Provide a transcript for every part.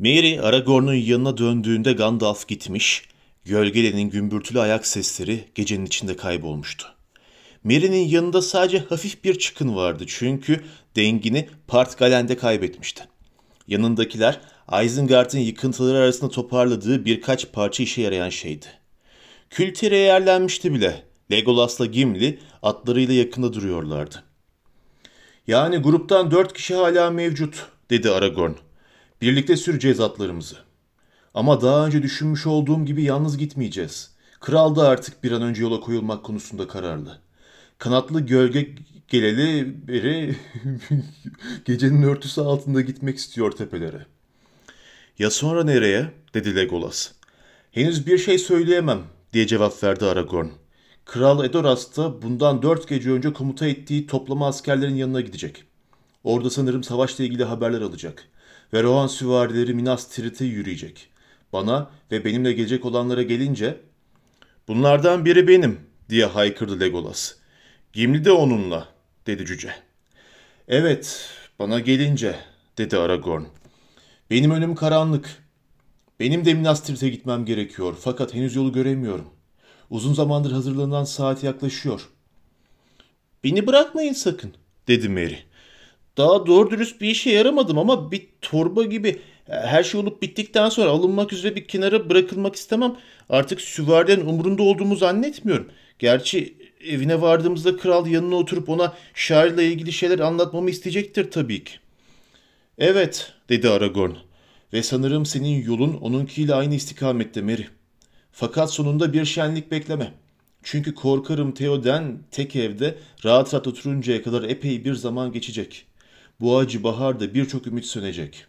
Merry, Aragorn'un yanına döndüğünde Gandalf gitmiş, gölgelerin gümbürtülü ayak sesleri gecenin içinde kaybolmuştu. Merry'nin yanında sadece hafif bir çıkın vardı çünkü dengini Partgalen'de kaybetmişti. Yanındakiler Isengard'ın yıkıntıları arasında toparladığı birkaç parça işe yarayan şeydi. Kültire yerlenmişti bile. Legolas'la Gimli atlarıyla yakında duruyorlardı. Yani gruptan 4 kişi hala mevcut, dedi Aragorn. Birlikte süreceğiz atlarımızı. Ama daha önce düşünmüş olduğum gibi yalnız gitmeyeceğiz. Kral da artık bir an önce yola koyulmak konusunda kararlı. Kanatlı gölge geleli beri gecenin örtüsü altında gitmek istiyor tepelere. Ya sonra nereye? Dedi Legolas. Henüz bir şey söyleyemem diye cevap verdi Aragorn. Kral Edoras da bundan 4 gece önce komuta ettiği toplama askerlerin yanına gidecek. Orada sanırım savaşla ilgili haberler alacak. Ve Rohan süvarileri Minas Tirith'e yürüyecek. Bana ve benimle gelecek olanlara gelince "Bunlardan biri benim," diye haykırdı Legolas. "Gimli de onunla," dedi cüce. "Evet, bana gelince," dedi Aragorn. "Benim önüm karanlık. Benim de Minas Tirith'e gitmem gerekiyor fakat henüz yolu göremiyorum. Uzun zamandır hazırlanan saat yaklaşıyor." "Beni bırakmayın sakın," dedi Merry. "Daha doğru dürüst bir işe yaramadım ama bir torba gibi her şey olup bittikten sonra alınmak üzere bir kenara bırakılmak istemem. Artık süvarilerin umurunda olduğumu zannetmiyorum. Gerçi evine vardığımızda kral yanına oturup ona şairle ilgili şeyler anlatmamı isteyecektir tabii ki." "Evet," dedi Aragorn. "Ve sanırım senin yolun onunkiyle aynı istikamette Merry. Fakat sonunda bir şenlik bekleme. Çünkü korkarım Theoden tek evde rahat rahat oturuncaya kadar epey bir zaman geçecek. Bu acı baharda birçok ümit sönecek."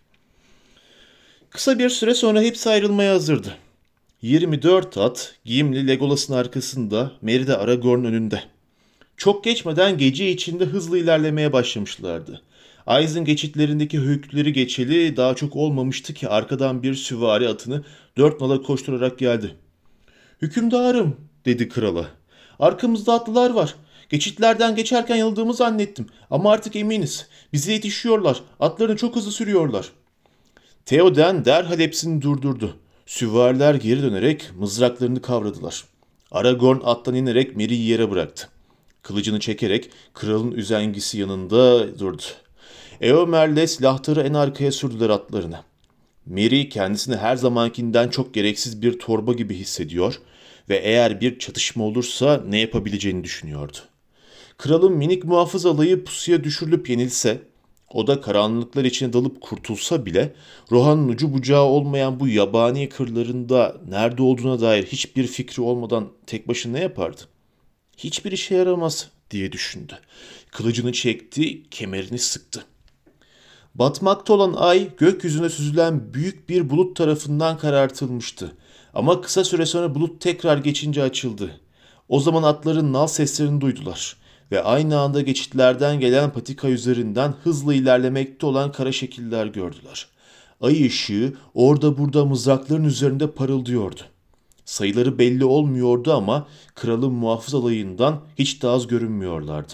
Kısa bir süre sonra hepsi ayrılmaya hazırdı. 24 at, Gimli Legolas'ın arkasında, Merry de Aragorn'un önünde. Çok geçmeden gece içinde hızlı ilerlemeye başlamışlardı. Aizen geçitlerindeki höyükleri geçeli daha çok olmamıştı ki arkadan bir süvari atını 4 nala koşturarak geldi. "Hükümdarım," dedi krala. "Arkamızda atlılar var. Geçitlerden geçerken yanıldığımı zannettim. Ama artık eminiz. Bize yetişiyorlar. Atlarını çok hızlı sürüyorlar." Theoden derhal hepsini durdurdu. Süvariler geri dönerek mızraklarını kavradılar. Aragorn attan inerek Merry'i yere bıraktı. Kılıcını çekerek kralın üzengisi yanında durdu. Eomer'le silahları en arkaya sürdüler atlarını. Merry kendisini her zamankinden çok gereksiz bir torba gibi hissediyor ve eğer bir çatışma olursa ne yapabileceğini düşünüyordu. Kralın minik muhafız alayı pusuya düşürülüp yenilse, o da karanlıklar içine dalıp kurtulsa bile Rohan'ın ucu bucağı olmayan bu yabani kırlarında nerede olduğuna dair hiçbir fikri olmadan tek başına ne yapardı? "Hiçbir işe yaramaz," diye düşündü. Kılıcını çekti, kemerini sıktı. Batmakta olan ay gökyüzüne süzülen büyük bir bulut tarafından karartılmıştı. Ama kısa süre sonra bulut tekrar geçince açıldı. O zaman atların nal seslerini duydular ve aynı anda geçitlerden gelen patika üzerinden hızla ilerlemekte olan kara şekiller gördüler. Ay ışığı orada burada mızrakların üzerinde parıldıyordu. Sayıları belli olmuyordu ama kralın muhafız alayından hiç daha az görünmüyorlardı.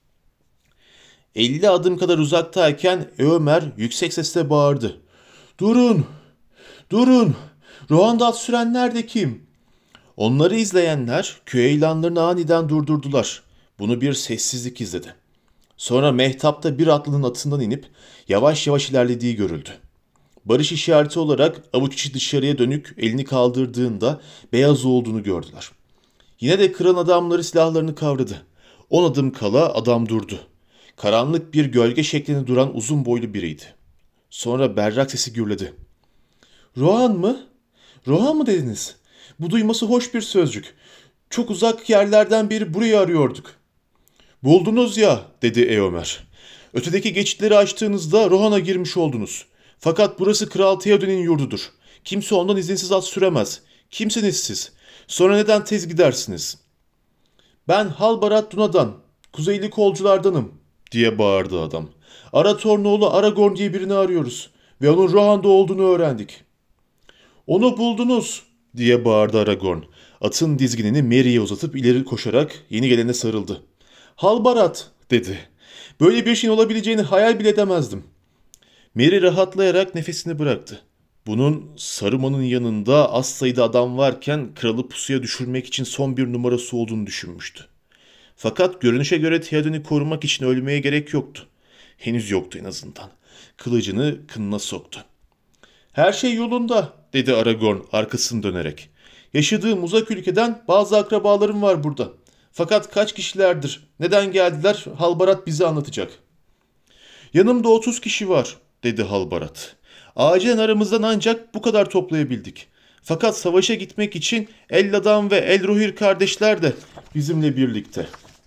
50 adım kadar uzaktayken Ömer yüksek sesle bağırdı. "Durun! Durun! Rohan'da at sürenler de kim?" Onları izleyenler köy ilanlarını aniden durdurdular. Bunu bir sessizlik izledi. Sonra mehtapta bir atlının atından inip yavaş yavaş ilerlediği görüldü. Barış işareti olarak avuç içi dışarıya dönük elini kaldırdığında beyaz olduğunu gördüler. Yine de kralın adamları silahlarını kavradı. 10 adım kala adam durdu. Karanlık bir gölge şeklinde duran uzun boylu biriydi. Sonra berrak sesi gürledi. "Rohan mı? Rohan mı dediniz? Bu duyması hoş bir sözcük. Çok uzak yerlerden beri burayı arıyorduk." "Buldunuz ya," dedi Eomer. "Ötedeki geçitleri açtığınızda Rohan'a girmiş oldunuz. Fakat burası Kral Theoden'in yurdudur. Kimse ondan izinsiz at süremez. Kimsiniz siz? Sonra neden tez gidersiniz?" "Ben Halbarat Duna'dan, Kuzeyli kolculardanım," diye bağırdı adam. "Arathorn oğlu Aragorn diye birini arıyoruz ve onun Rohan'da olduğunu öğrendik." "Onu buldunuz," diye bağırdı Aragorn. Atın dizginini Merry'e uzatıp ileri koşarak yeni gelene sarıldı. "Halbarat," dedi. "Böyle bir şeyin olabileceğini hayal bile edemezdim." Merry rahatlayarak nefesini bıraktı. Bunun Saruman'ın yanında az sayıda adam varken kralı pusuya düşürmek için son bir numarası olduğunu düşünmüştü. Fakat görünüşe göre Theoden'i korumak için ölmeye gerek yoktu. Henüz yoktu en azından. Kılıcını kınına soktu. "Her şey yolunda," dedi Aragorn arkasını dönerek. "Yaşadığım uzak ülkeden bazı akrabalarım var burada. Fakat kaç kişilerdir, neden geldiler Halbarat bize anlatacak." "Yanımda 30 kişi var," dedi Halbarat. "Acilen aramızdan ancak bu kadar toplayabildik. Fakat savaşa gitmek için Elladan ve Elrohir kardeşler de bizimle birlikte.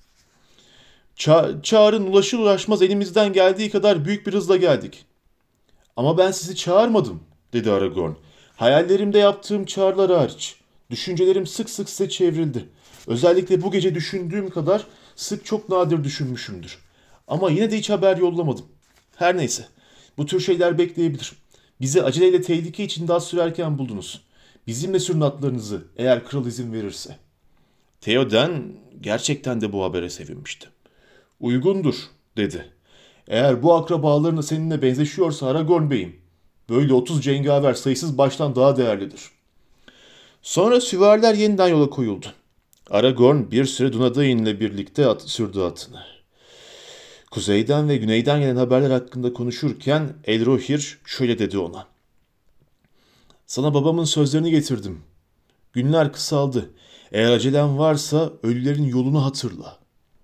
Çağrın ulaşır ulaşmaz elimizden geldiği kadar büyük bir hızla geldik." "Ama ben sizi çağırmadım," dedi Aragorn. "Hayallerimde yaptığım çağrılar hariç. Düşüncelerim sık sık size çevrildi. Özellikle bu gece düşündüğüm kadar sık çok nadir düşünmüşümdür. Ama yine de hiç haber yollamadım. Her neyse. Bu tür şeyler bekleyebilir. Bizi aceleyle tehlike içinde az sürerken buldunuz. Bizimle sürün atlarınızı eğer kral izin verirse." Theoden gerçekten de bu habere sevinmişti. "Uygundur," dedi. "Eğer bu akrabalarını seninle benzeşiyorsa Aragorn Bey'im, böyle 30 cengaver sayısız baştan daha değerlidir." Sonra süvariler yeniden yola koyuldu. Aragorn bir süre Dunedain ile birlikte sürdü atını. Kuzeyden ve güneyden gelen haberler hakkında konuşurken Elrohir şöyle dedi ona. "Sana babamın sözlerini getirdim. Günler kısaldı. Eğer acelen varsa ölülerin yolunu hatırla."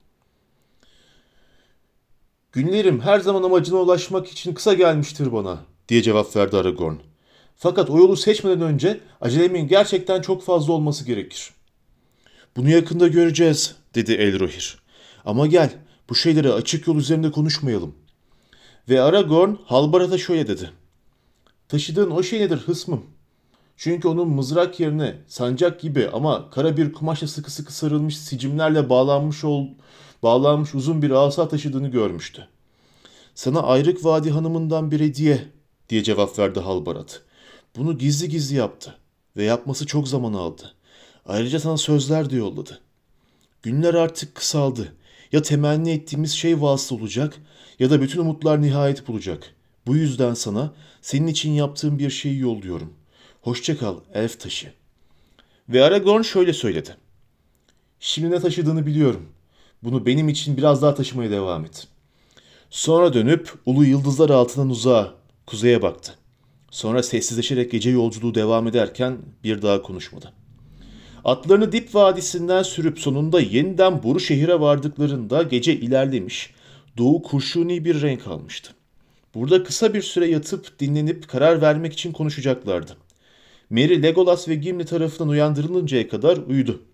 "Günlerim her zaman amacına ulaşmak için kısa gelmiştir bana," diye cevap verdi Aragorn. "Fakat o yolu seçmeden önce acelemin gerçekten çok fazla olması gerekir." "Bunu yakında göreceğiz," dedi Elrohir. "Ama gel, bu şeyleri açık yol üzerinde konuşmayalım." Ve Aragorn Halbarat'a şöyle dedi. "Taşıdığın o şey nedir hısmım? Çünkü onun mızrak yerine sancak gibi ama kara bir kumaşla sıkı sıkı sarılmış sicimlerle bağlanmış uzun bir asa taşıdığını görmüştü." "Sana Ayrık Vadi hanımından bir hediye," diye cevap verdi Halbarat. "Bunu gizli gizli yaptı ve yapması çok zaman aldı. Ayrıca sana sözler de yolladı. Günler artık kısaldı. Ya temenni ettiğimiz şey vasıl olacak ya da bütün umutlar nihayet bulacak. Bu yüzden sana senin için yaptığım bir şeyi yolluyorum. Hoşça kal elf taşı." Ve Aragorn şöyle söyledi. "Şimdi ne taşıdığını biliyorum. Bunu benim için biraz daha taşımaya devam et." Sonra dönüp ulu yıldızlar altından uzağa, kuzeye baktı. Sonra sessizleşerek gece yolculuğu devam ederken bir daha konuşmadı. Atlarını Dip Vadisi'nden sürüp sonunda yeniden Boru şehire vardıklarında gece ilerlemiş, doğu kurşuni bir renk almıştı. Burada kısa bir süre yatıp dinlenip karar vermek için konuşacaklardı. Merry, Legolas ve Gimli tarafından uyandırılıncaya kadar uyudu.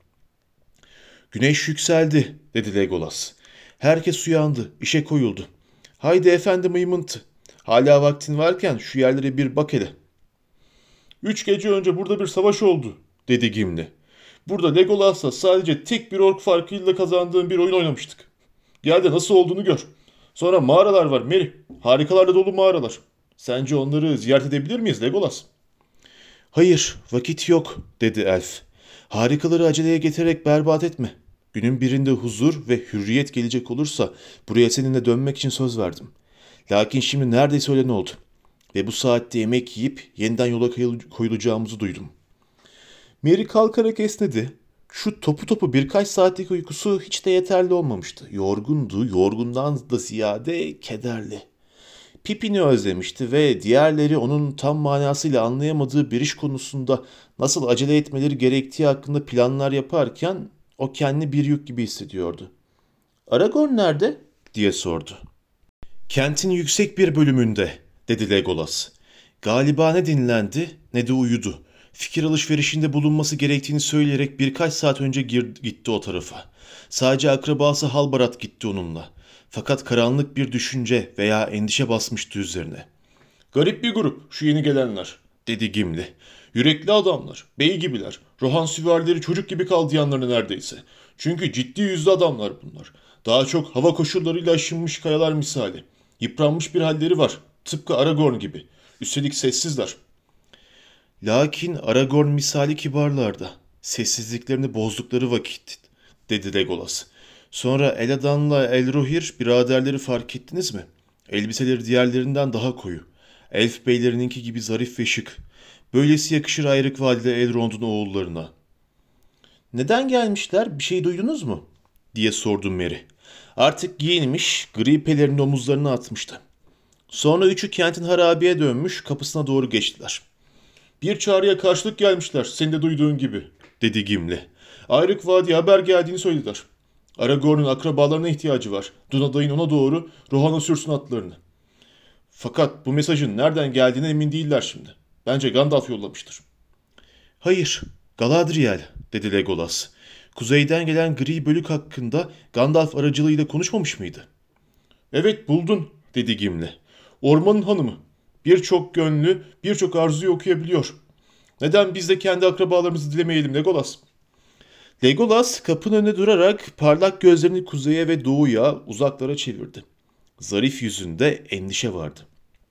"Güneş yükseldi," dedi Legolas. "Herkes uyandı, işe koyuldu. Haydi efendi mıymıntı. Hala vaktin varken şu yerlere bir bak hele." "3 gece önce burada bir savaş oldu," dedi Gimli. "Burada Legolas'la sadece tek bir ork farkıyla kazandığım bir oyun oynamıştık. Gel de nasıl olduğunu gör. Sonra mağaralar var Merry. Harikalarla dolu mağaralar. Sence onları ziyaret edebilir miyiz Legolas?" "Hayır, vakit yok," dedi elf. "Harikaları aceleye getirerek berbat etme. Günün birinde huzur ve hürriyet gelecek olursa buraya seninle dönmek için söz verdim. Lakin şimdi neredeyse öyle oldu. Ve bu saatte yemek yiyip yeniden yola koyulacağımızı duydum." Merry kalkarak esnedi. Şu topu topu birkaç saatlik uykusu hiç de yeterli olmamıştı. Yorgundu, yorgundan da ziyade kederli. Pippin'i özlemişti ve diğerleri onun tam manasıyla anlayamadığı bir iş konusunda nasıl acele etmeleri gerektiği hakkında planlar yaparken o kendini bir yük gibi hissediyordu. "Aragorn nerede?" diye sordu. "Kentin yüksek bir bölümünde," dedi Legolas. "Galiba ne dinlendi ne de uyudu. Fikir alışverişinde bulunması gerektiğini söyleyerek birkaç saat önce gitti o tarafa. Sadece akrabası Halbarat gitti onunla. Fakat karanlık bir düşünce veya endişe basmıştı üzerine." "Garip bir grup şu yeni gelenler," dedi Gimli. "Yürekli adamlar, bey gibiler. Rohan süvarileri çocuk gibi kaldı yanlarına neredeyse. Çünkü ciddi yüzlü adamlar bunlar. Daha çok hava koşullarıyla aşınmış kayalar misali. Yıpranmış bir halleri var. Tıpkı Aragorn gibi. Üstelik sessizler." "Lakin Aragorn misali kibarlarda. Sessizliklerini bozdukları vakit," dedi Legolas. "Sonra Eladan'la Elrohir biraderleri fark ettiniz mi? Elbiseleri diğerlerinden daha koyu. Elf beylerininki gibi zarif ve şık. Böylesi yakışır Ayrık Vadide Elrond'un oğullarına. Neden gelmişler, bir şey duydunuz mu? Diye sordum Merry. Artık giyinmiş, gri pelerini omuzlarına atmıştı. Sonra üçü kentin harabeye dönmüş, kapısına doğru geçtiler. Bir çağrıya karşılık gelmişler, senin de duyduğun gibi, dedi Gimli. Ayrık Vadi'ye haber geldiğini söylediler. Aragorn'un akrabalarına ihtiyacı var. Dunaday'ın ona doğru Rohan'a sürsün atlarını. Fakat bu mesajın nereden geldiğine emin değiller şimdi. Bence Gandalf yollamıştır. Hayır, Galadriel, dedi Legolas. Kuzeyden gelen gri bölük hakkında Gandalf aracılığıyla konuşmamış mıydı? Evet, buldun, dedi Gimli. Ormanın hanımı. Birçok gönlü, birçok arzuyu okuyabiliyor. Neden biz de kendi akrabalarımızı dilemeyelim Legolas? Legolas kapının önünde durarak parlak gözlerini kuzeye ve doğuya, uzaklara çevirdi. Zarif yüzünde endişe vardı.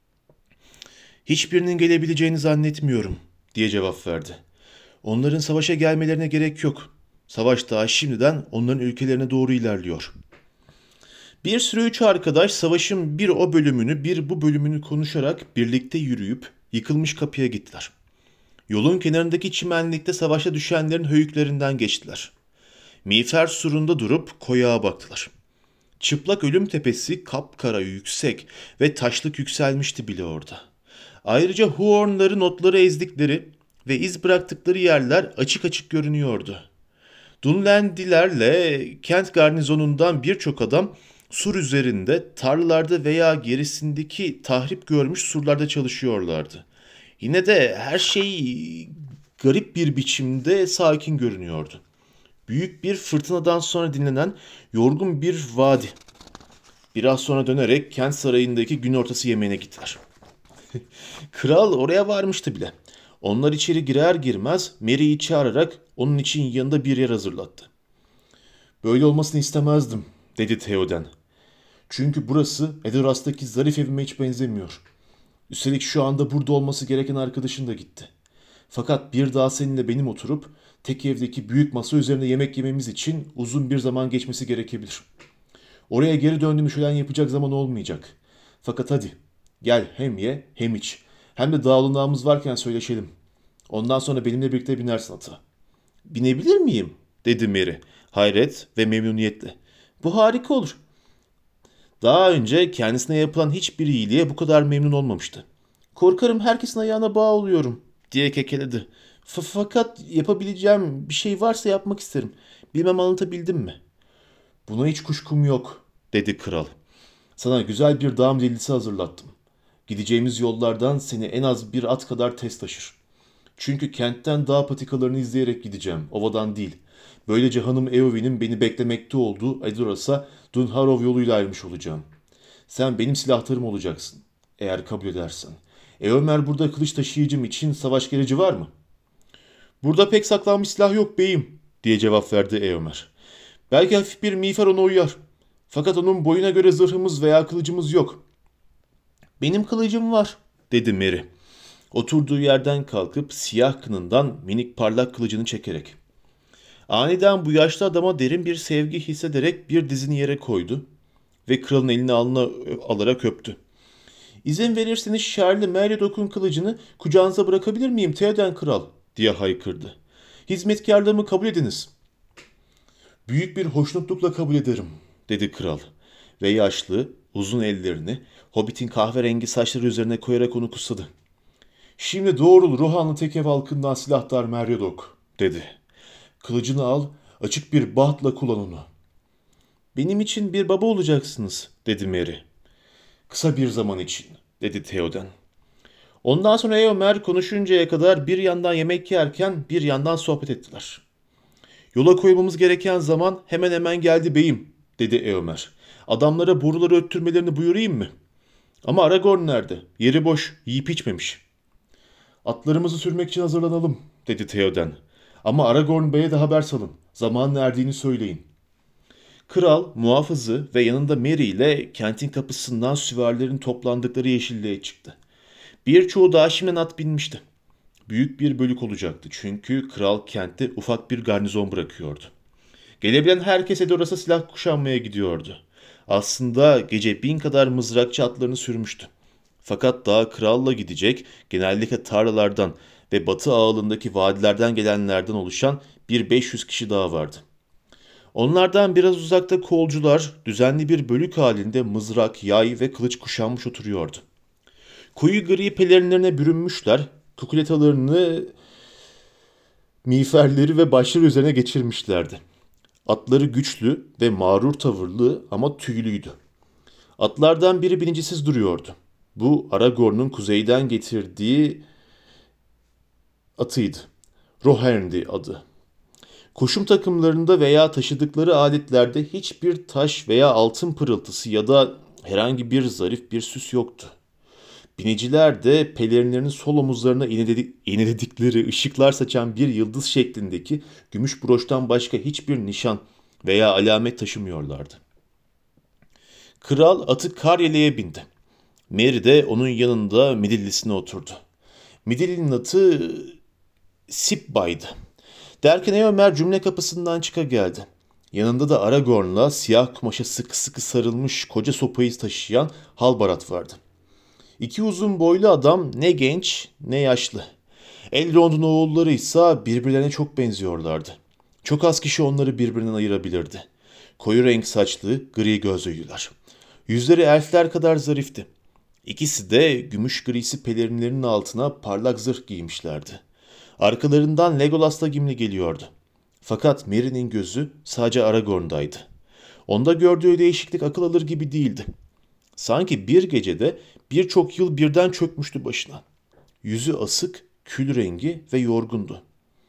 Hiçbirinin gelebileceğini zannetmiyorum, diye cevap verdi. Onların savaşa gelmelerine gerek yok. Savaş daha şimdiden onların ülkelerine doğru ilerliyor. Bir sürü üç arkadaş savaşın bir o bölümünü bir bu bölümünü konuşarak birlikte yürüyüp yıkılmış kapıya gittiler. Yolun kenarındaki çimenlikte savaşa düşenlerin höyüklerinden geçtiler. Miğfer surunda durup koyağa baktılar. Çıplak ölüm tepesi kapkara yüksek ve taşlık yükselmişti bile orada. Ayrıca Huornları notları ezdikleri ve iz bıraktıkları yerler açık açık görünüyordu. Dunlendilerle kent garnizonundan birçok adam sur üzerinde, tarlalarda veya gerisindeki tahrip görmüş surlarda çalışıyorlardı. Yine de her şey garip bir biçimde sakin görünüyordu. Büyük bir fırtınadan sonra dinlenen yorgun bir vadi. Biraz sonra dönerek kent sarayındaki gün ortası yemeğine gittiler. Kral oraya varmıştı bile. Onlar içeri girer girmez Merry'i çağırarak onun için yanında bir yer hazırlattı. Böyle olmasını istemezdim, dedi Theoden. Çünkü burası Edoras'taki zarif evime hiç benzemiyor. Üstelik şu anda burada olması gereken arkadaşın da gitti. Fakat bir daha seninle benim oturup tek evdeki büyük masa üzerinde yemek yememiz için uzun bir zaman geçmesi gerekebilir. Oraya geri döndüğümü şölen yapacak zaman olmayacak. Fakat hadi gel hem ye hem iç. Hem de dağılınağımız varken söyleşelim. Ondan sonra benimle birlikte binersin ata. Binebilir miyim? Dedi Merry hayret ve memnuniyetle. Bu harika olur. Daha önce kendisine yapılan hiçbir iyiliğe bu kadar memnun olmamıştı. Korkarım herkesin ayağına bağ oluyorum, diye kekeledi. Fakat yapabileceğim bir şey varsa yapmak isterim. Bilmem anlatabildim mi? Buna hiç kuşkum yok, dedi kral. Sana güzel bir dağım delisi hazırlattım. Gideceğimiz yollardan seni en az bir at kadar tez taşır. Çünkü kentten dağ patikalarını izleyerek gideceğim, ovadan değil. Böylece hanım Eowyn'in beni beklemekte olduğu Edoras'a Dunharrow yoluyla ayrılmış olacağım. Sen benim silahlarım olacaksın, eğer kabul edersen. Eomer burada kılıç taşıyıcım için savaş gereci var mı? Burada pek saklanmış silah yok beyim, diye cevap verdi Eomer. Belki hafif bir miğfer ona uyar. Fakat onun boyuna göre zırhımız veya kılıcımız yok. Benim kılıcım var, dedi Merry. Oturduğu yerden kalkıp siyah kınından minik parlak kılıcını çekerek. Aniden bu yaşlı adama derin bir sevgi hissederek bir dizini yere koydu ve kralın elini alnına alarak öptü. İzin verirseniz Şerli Meriadoc'un kılıcını kucağınıza bırakabilir miyim Theoden kral, diye haykırdı. Hizmetkarlığımı kabul ediniz. Büyük bir hoşnutlukla kabul ederim, dedi kral ve yaşlı, uzun ellerini Hobbit'in kahverengi saçları üzerine koyarak onu kusadı. Şimdi doğrul Rohanlı Tekev halkından silahdar Meriadoc, dedi. Kılıcını al, açık bir bahtla kullan onu. Benim için bir baba olacaksınız, dedi Merry. Kısa bir zaman için, dedi Theoden. Ondan sonra Eomer konuşuncaya kadar bir yandan yemek yerken bir yandan sohbet ettiler. Yola koymamız gereken zaman hemen hemen geldi beyim, dedi Eomer. Adamlara boruları öttürmelerini buyurayım mı? Ama Aragorn nerede? Yeri boş, yiyip içmemiş. Atlarımızı sürmek için hazırlanalım, dedi Theoden. Ama Aragorn Bey'e de haber salın. Zamanın erdiğini söyleyin. Kral, muhafızı ve yanında Merry ile kentin kapısından süvarilerin toplandıkları yeşilliğe çıktı. Birçoğu daha şimdiden at binmişti. Büyük bir bölük olacaktı çünkü kral kentte ufak bir garnizon bırakıyordu. Gelebilen herkes Edoras'a silah kuşanmaya gidiyordu. Aslında gece 1000 kadar mızrakçı atlarını sürmüştü. Fakat daha kralla gidecek, genellikle tarlalardan ve batı ağılındaki vadilerden gelenlerden oluşan bir 500 kişi daha vardı. Onlardan biraz uzakta kolcular düzenli bir bölük halinde mızrak, yay ve kılıç kuşanmış oturuyordu. Koyu gri pelerinlerine bürünmüşler, kukuletalarını, miğferleri ve başları üzerine geçirmişlerdi. Atları güçlü ve mağrur tavırlı ama tüylüydü. Atlardan biri binicisiz duruyordu. Bu Aragorn'un kuzeyden getirdiği atıydı. Rohirrim'di adı. Koşum takımlarında veya taşıdıkları aletlerde hiçbir taş veya altın pırıltısı ya da herhangi bir zarif bir süs yoktu. Biniciler de pelerinlerinin sol omuzlarına iğneledikleri ışıklar saçan bir yıldız şeklindeki gümüş broştan başka hiçbir nişan veya alamet taşımıyorlardı. Kral atı Karyele'ye bindi. Merry de onun yanında midillisine oturdu. Midilli'nin atı Sipbay'dı. Derken Eomer cümle kapısından çıka geldi. Yanında da Aragorn'la siyah kumaşa sıkı sıkı sarılmış koca sopayı taşıyan Halbarat vardı. İki uzun boylu adam ne genç ne yaşlı. Elrond'un oğulları ise birbirlerine çok benziyorlardı. Çok az kişi onları birbirinden ayırabilirdi. Koyu renk saçlı, gri gözlüydüler. Yüzleri elfler kadar zarifti. İkisi de gümüş grisi pelerinlerinin altına parlak zırh giymişlerdi. Arkalarından Legolas'la Gimli geliyordu. Fakat Merry'nin gözü sadece Aragorn'daydı. Onda gördüğü değişiklik akıl alır gibi değildi. Sanki bir gecede birçok yıl birden çökmüştü başına. Yüzü asık, kül rengi ve yorgundu.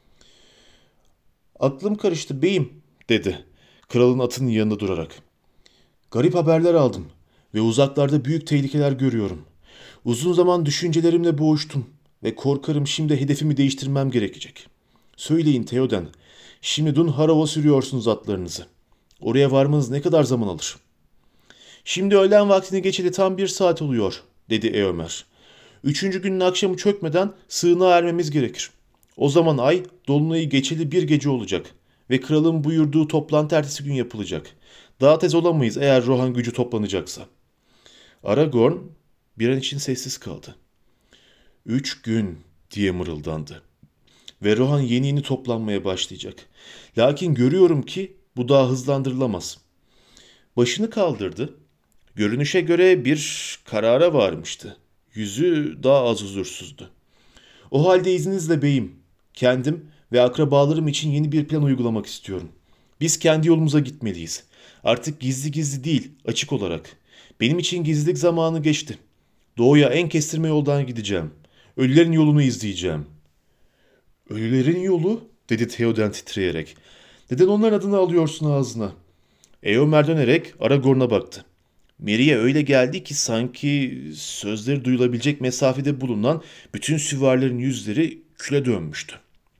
"Aklım karıştı beyim," dedi kralın atının yanında durarak. "Garip haberler aldım ve uzaklarda büyük tehlikeler görüyorum. Uzun zaman düşüncelerimle boğuştum ve korkarım şimdi hedefimi değiştirmem gerekecek. Söyleyin Theoden, şimdi Dunharrow'a sürüyorsunuz atlarınızı. Oraya varmanız ne kadar zaman alır?" "Şimdi öğlen vaktini geçeli tam 1 saat oluyor," dedi Eomer. "Üçüncü günün akşamı çökmeden sığınağa ermemiz gerekir. O zaman ay dolunayı geçeli bir gece olacak ve kralın buyurduğu toplantı ertesi gün yapılacak. Daha tez olamayız eğer Rohan gücü toplanacaksa." Aragorn bir an için sessiz kaldı. 3 gün diye mırıldandı. Ve Rohan yeni toplanmaya başlayacak. Lakin görüyorum ki bu daha hızlandırılamaz. Başını kaldırdı. Görünüşe göre bir karara varmıştı. Yüzü daha az huzursuzdu. "O halde izninizle beyim, kendim ve akrabalarım için yeni bir plan uygulamak istiyorum. Biz kendi yolumuza gitmeliyiz. Artık gizli gizli değil, açık olarak. Benim için gizlilik zamanı geçti. Doğuya en kestirme yoldan gideceğim. Ölülerin yolunu izleyeceğim." "Ölülerin yolu?" dedi Theoden titreyerek. "Neden onların adını alıyorsun ağzına?" Eomer dönerek Aragorn'a baktı. Merry'e öyle geldi ki sanki sözleri duyulabilecek mesafede bulunan bütün süvarilerin yüzleri küle dönmüştü.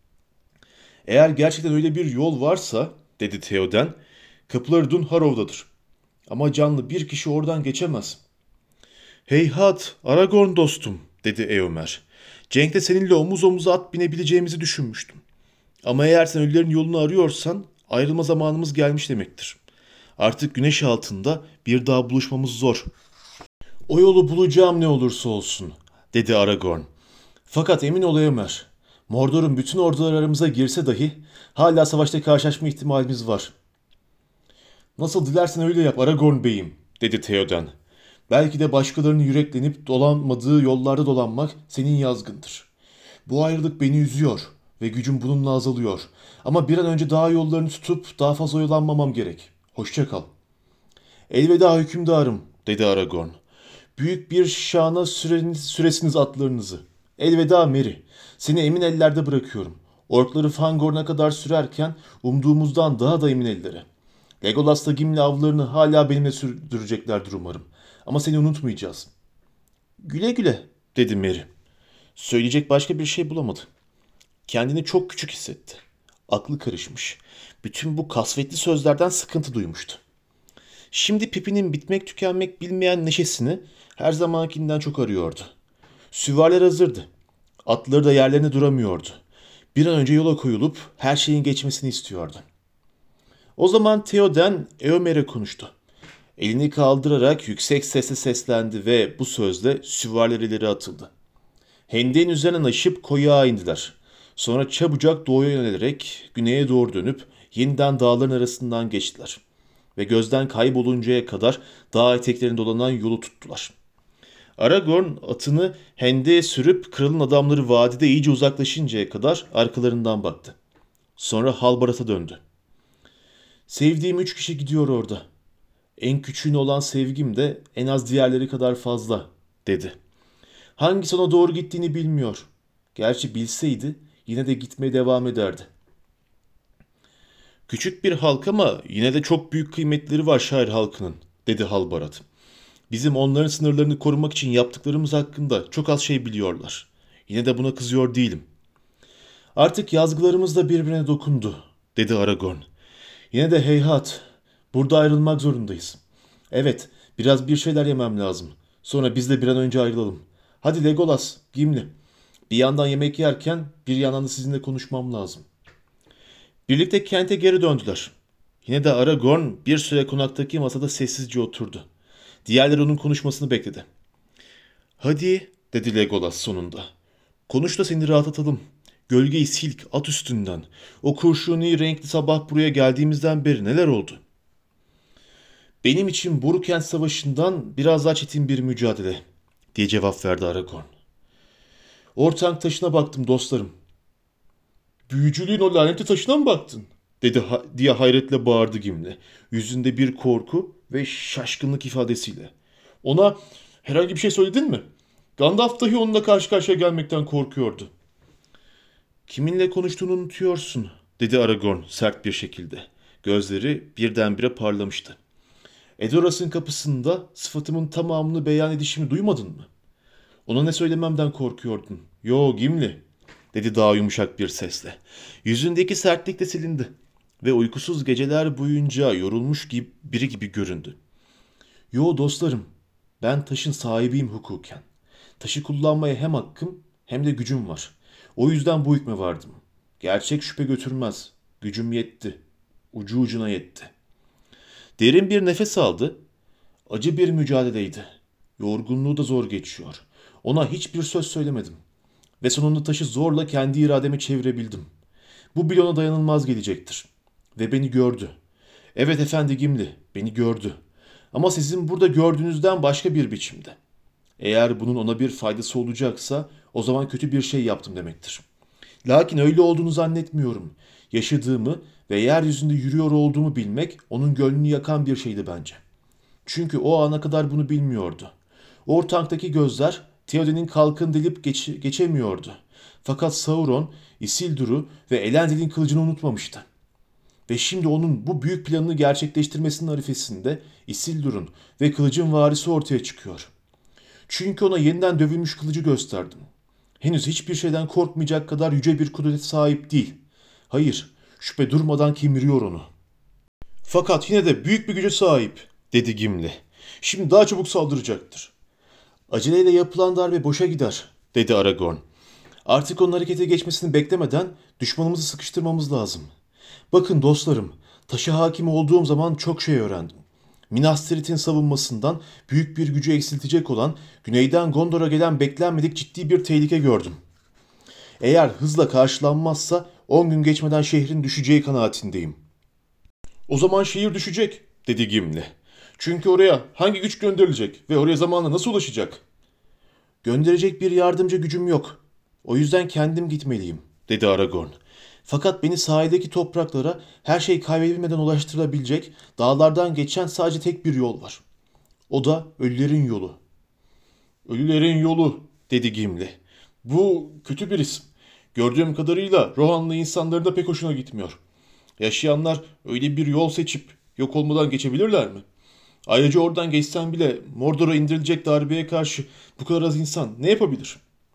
"Eğer gerçekten öyle bir yol varsa," dedi Theoden, "kapıları Dunharrow'dadır. Ama canlı bir kişi oradan geçemez." "Heyhat, Aragorn dostum," dedi Eomer. "Cenk'te seninle omuz omuza at binebileceğimizi düşünmüştüm. Ama eğer sen ölülerin yolunu arıyorsan ayrılma zamanımız gelmiş demektir. Artık güneş altında bir daha buluşmamız zor." "O yolu bulacağım ne olursa olsun," dedi Aragorn. "Fakat emin ol Eomer, Mordor'un bütün orduları aramıza girse dahi hala savaşta karşılaşma ihtimalimiz var." "Nasıl dilersen öyle yap Aragorn beyim," dedi Theoden. "Belki de başkalarının yüreklenip dolanmadığı yollarda dolanmak senin yazgındır. Bu ayrılık beni üzüyor ve gücüm bununla azalıyor. Ama bir an önce dağ yollarını tutup daha fazla oyalanmamam gerek. Hoşça kal." "Elveda hükümdarım," dedi Aragorn. "Büyük bir şana süresiniz atlarınızı. Elveda Merry. Seni emin ellerde bırakıyorum. Orkları Fangorn'a kadar sürerken umduğumuzdan daha da emin ellere. Legolas'la Gimli avlarını hala benimle sürdüreceklerdir umarım. Ama seni unutmayacağız." "Güle güle," dedi Merry. Söyleyecek başka bir şey bulamadı. Kendini çok küçük hissetti. Aklı karışmış. Bütün bu kasvetli sözlerden sıkıntı duymuştu. Şimdi Pippin'in bitmek tükenmek bilmeyen neşesini her zamankinden çok arıyordu. Süvariler hazırdı. Atları da yerlerine duramıyordu. Bir an önce yola koyulup her şeyin geçmesini istiyordu. O zaman Theoden Eomer'e konuştu. Elini kaldırarak yüksek sesle seslendi ve bu sözle süvariler ileri atıldı. Hendeğin üzerinden aşıp koyağa indiler. Sonra çabucak doğuya yönelerek güneye doğru dönüp yeniden dağların arasından geçtiler. Ve gözden kayboluncaya kadar dağ eteklerinde dolanan yolu tuttular. Aragorn atını hendeğe sürüp kralın adamları vadide iyice uzaklaşıncaya kadar arkalarından baktı. Sonra Halbarat'a döndü. Sevdiğim 3 kişi gidiyor orada. En küçüğüne olan sevgim de en az diğerleri kadar fazla, dedi. Hangisi ona doğru gittiğini bilmiyor. Gerçi bilseydi yine de gitmeye devam ederdi. Küçük bir halk ama yine de çok büyük kıymetleri var şair halkının, dedi Halbarat. Bizim onların sınırlarını korumak için yaptıklarımız hakkında çok az şey biliyorlar. Yine de buna kızıyor değilim. Artık yazgılarımız da birbirine dokundu, dedi Aragorn. Yine de heyhat, burada ayrılmak zorundayız. Evet, biraz bir şeyler yemem lazım. Sonra biz de bir an önce ayrılalım. Hadi Legolas, Gimli. Bir yandan yemek yerken bir yandan da sizinle konuşmam lazım. Birlikte kente geri döndüler. Yine de Aragorn bir süre konaktaki masada sessizce oturdu. Diğerleri onun konuşmasını bekledi. Hadi, dedi Legolas sonunda. Konuş da seni rahatlatalım. Gölgeyi silk, at üstünden. O kurşuni renkli sabah buraya geldiğimizden beri neler oldu? Benim için Borukent Savaşı'ndan biraz daha çetin bir mücadele, diye cevap verdi Aragorn. Ortank taşına baktım dostlarım. Büyücülüğün o lanetli taşına mı baktın? Diye hayretle bağırdı Gimli. Yüzünde bir korku ve şaşkınlık ifadesiyle. Ona herhangi bir şey söyledin mi? Gandalf dahi onunla karşı karşıya gelmekten korkuyordu. Kiminle konuştuğunu unutuyorsun, dedi Aragorn sert bir şekilde. Gözleri birdenbire parlamıştı. Edoras'ın kapısında sıfatımın tamamını beyan edişimi duymadın mı? Ona ne söylememden korkuyordun? Yo Gimli, dedi daha yumuşak bir sesle. Yüzündeki sertlik de silindi ve uykusuz geceler boyunca yorulmuş gibi biri gibi göründü. Yo dostlarım, ben taşın sahibiyim hukuken. Taşı kullanmaya hem hakkım hem de gücüm var. O yüzden bu hükme vardım. Gerçek şüphe götürmez. Gücüm yetti. Ucu ucuna yetti. Derin bir nefes aldı. Acı bir mücadeleydi. Yorgunluğu da zor geçiyor. Ona hiçbir söz söylemedim. Ve sonunda taşı zorla kendi irademe çevirebildim. Bu bile ona dayanılmaz gelecektir. Ve beni gördü. Evet efendi Gimli, beni gördü. Ama sizin burada gördüğünüzden başka bir biçimde. Eğer bunun ona bir faydası olacaksa o zaman kötü bir şey yaptım demektir. Lakin öyle olduğunu zannetmiyorum. Yaşadığımı ve yeryüzünde yürüyor olduğumu bilmek onun gönlünü yakan bir şeydi bence. Çünkü o ana kadar bunu bilmiyordu. Ortank'taki gözler Theoden'in kalkın delip geçemiyordu. Fakat Sauron, Isildur'u ve Elendil'in kılıcını unutmamıştı. Ve şimdi onun bu büyük planını gerçekleştirmesinin arifesinde Isildur'un ve kılıcın varisi ortaya çıkıyor. Çünkü ona yeniden dövülmüş kılıcı gösterdim. Henüz hiçbir şeyden korkmayacak kadar yüce bir kudrete sahip değil. Hayır, şüphe durmadan kemiriyor onu. Fakat yine de büyük bir güce sahip, dedi Gimli. Şimdi daha çabuk saldıracaktır. Aceleyle yapılan darbe boşa gider, dedi Aragorn. Artık onun harekete geçmesini beklemeden düşmanımızı sıkıştırmamız lazım. Bakın dostlarım, taşı hakim olduğum zaman çok şey öğrendim. Minas Tirith'in savunmasından büyük bir gücü eksiltecek olan güneyden Gondor'a gelen beklenmedik ciddi bir tehlike gördüm. Eğer hızla karşılanmazsa 10 gün geçmeden şehrin düşeceği kanaatindeyim. O zaman şehir düşecek, dedi Gimli. Çünkü oraya hangi güç gönderilecek ve oraya zamanla nasıl ulaşacak? Gönderecek bir yardımcı gücüm yok. O yüzden kendim gitmeliyim, dedi Aragorn. Fakat beni sahildeki topraklara her şey kaybedilmeden ulaştırabilecek dağlardan geçen sadece tek bir yol var. O da ölülerin yolu. Ölülerin yolu, dedi Gimli. Bu kötü bir isim. Gördüğüm kadarıyla Rohanlı insanların da pek hoşuna gitmiyor. Yaşayanlar öyle bir yol seçip yok olmadan geçebilirler mi? Ayrıca oradan geçsen bile Mordor'a indirilecek darbeye karşı bu kadar az insan ne yapabilir?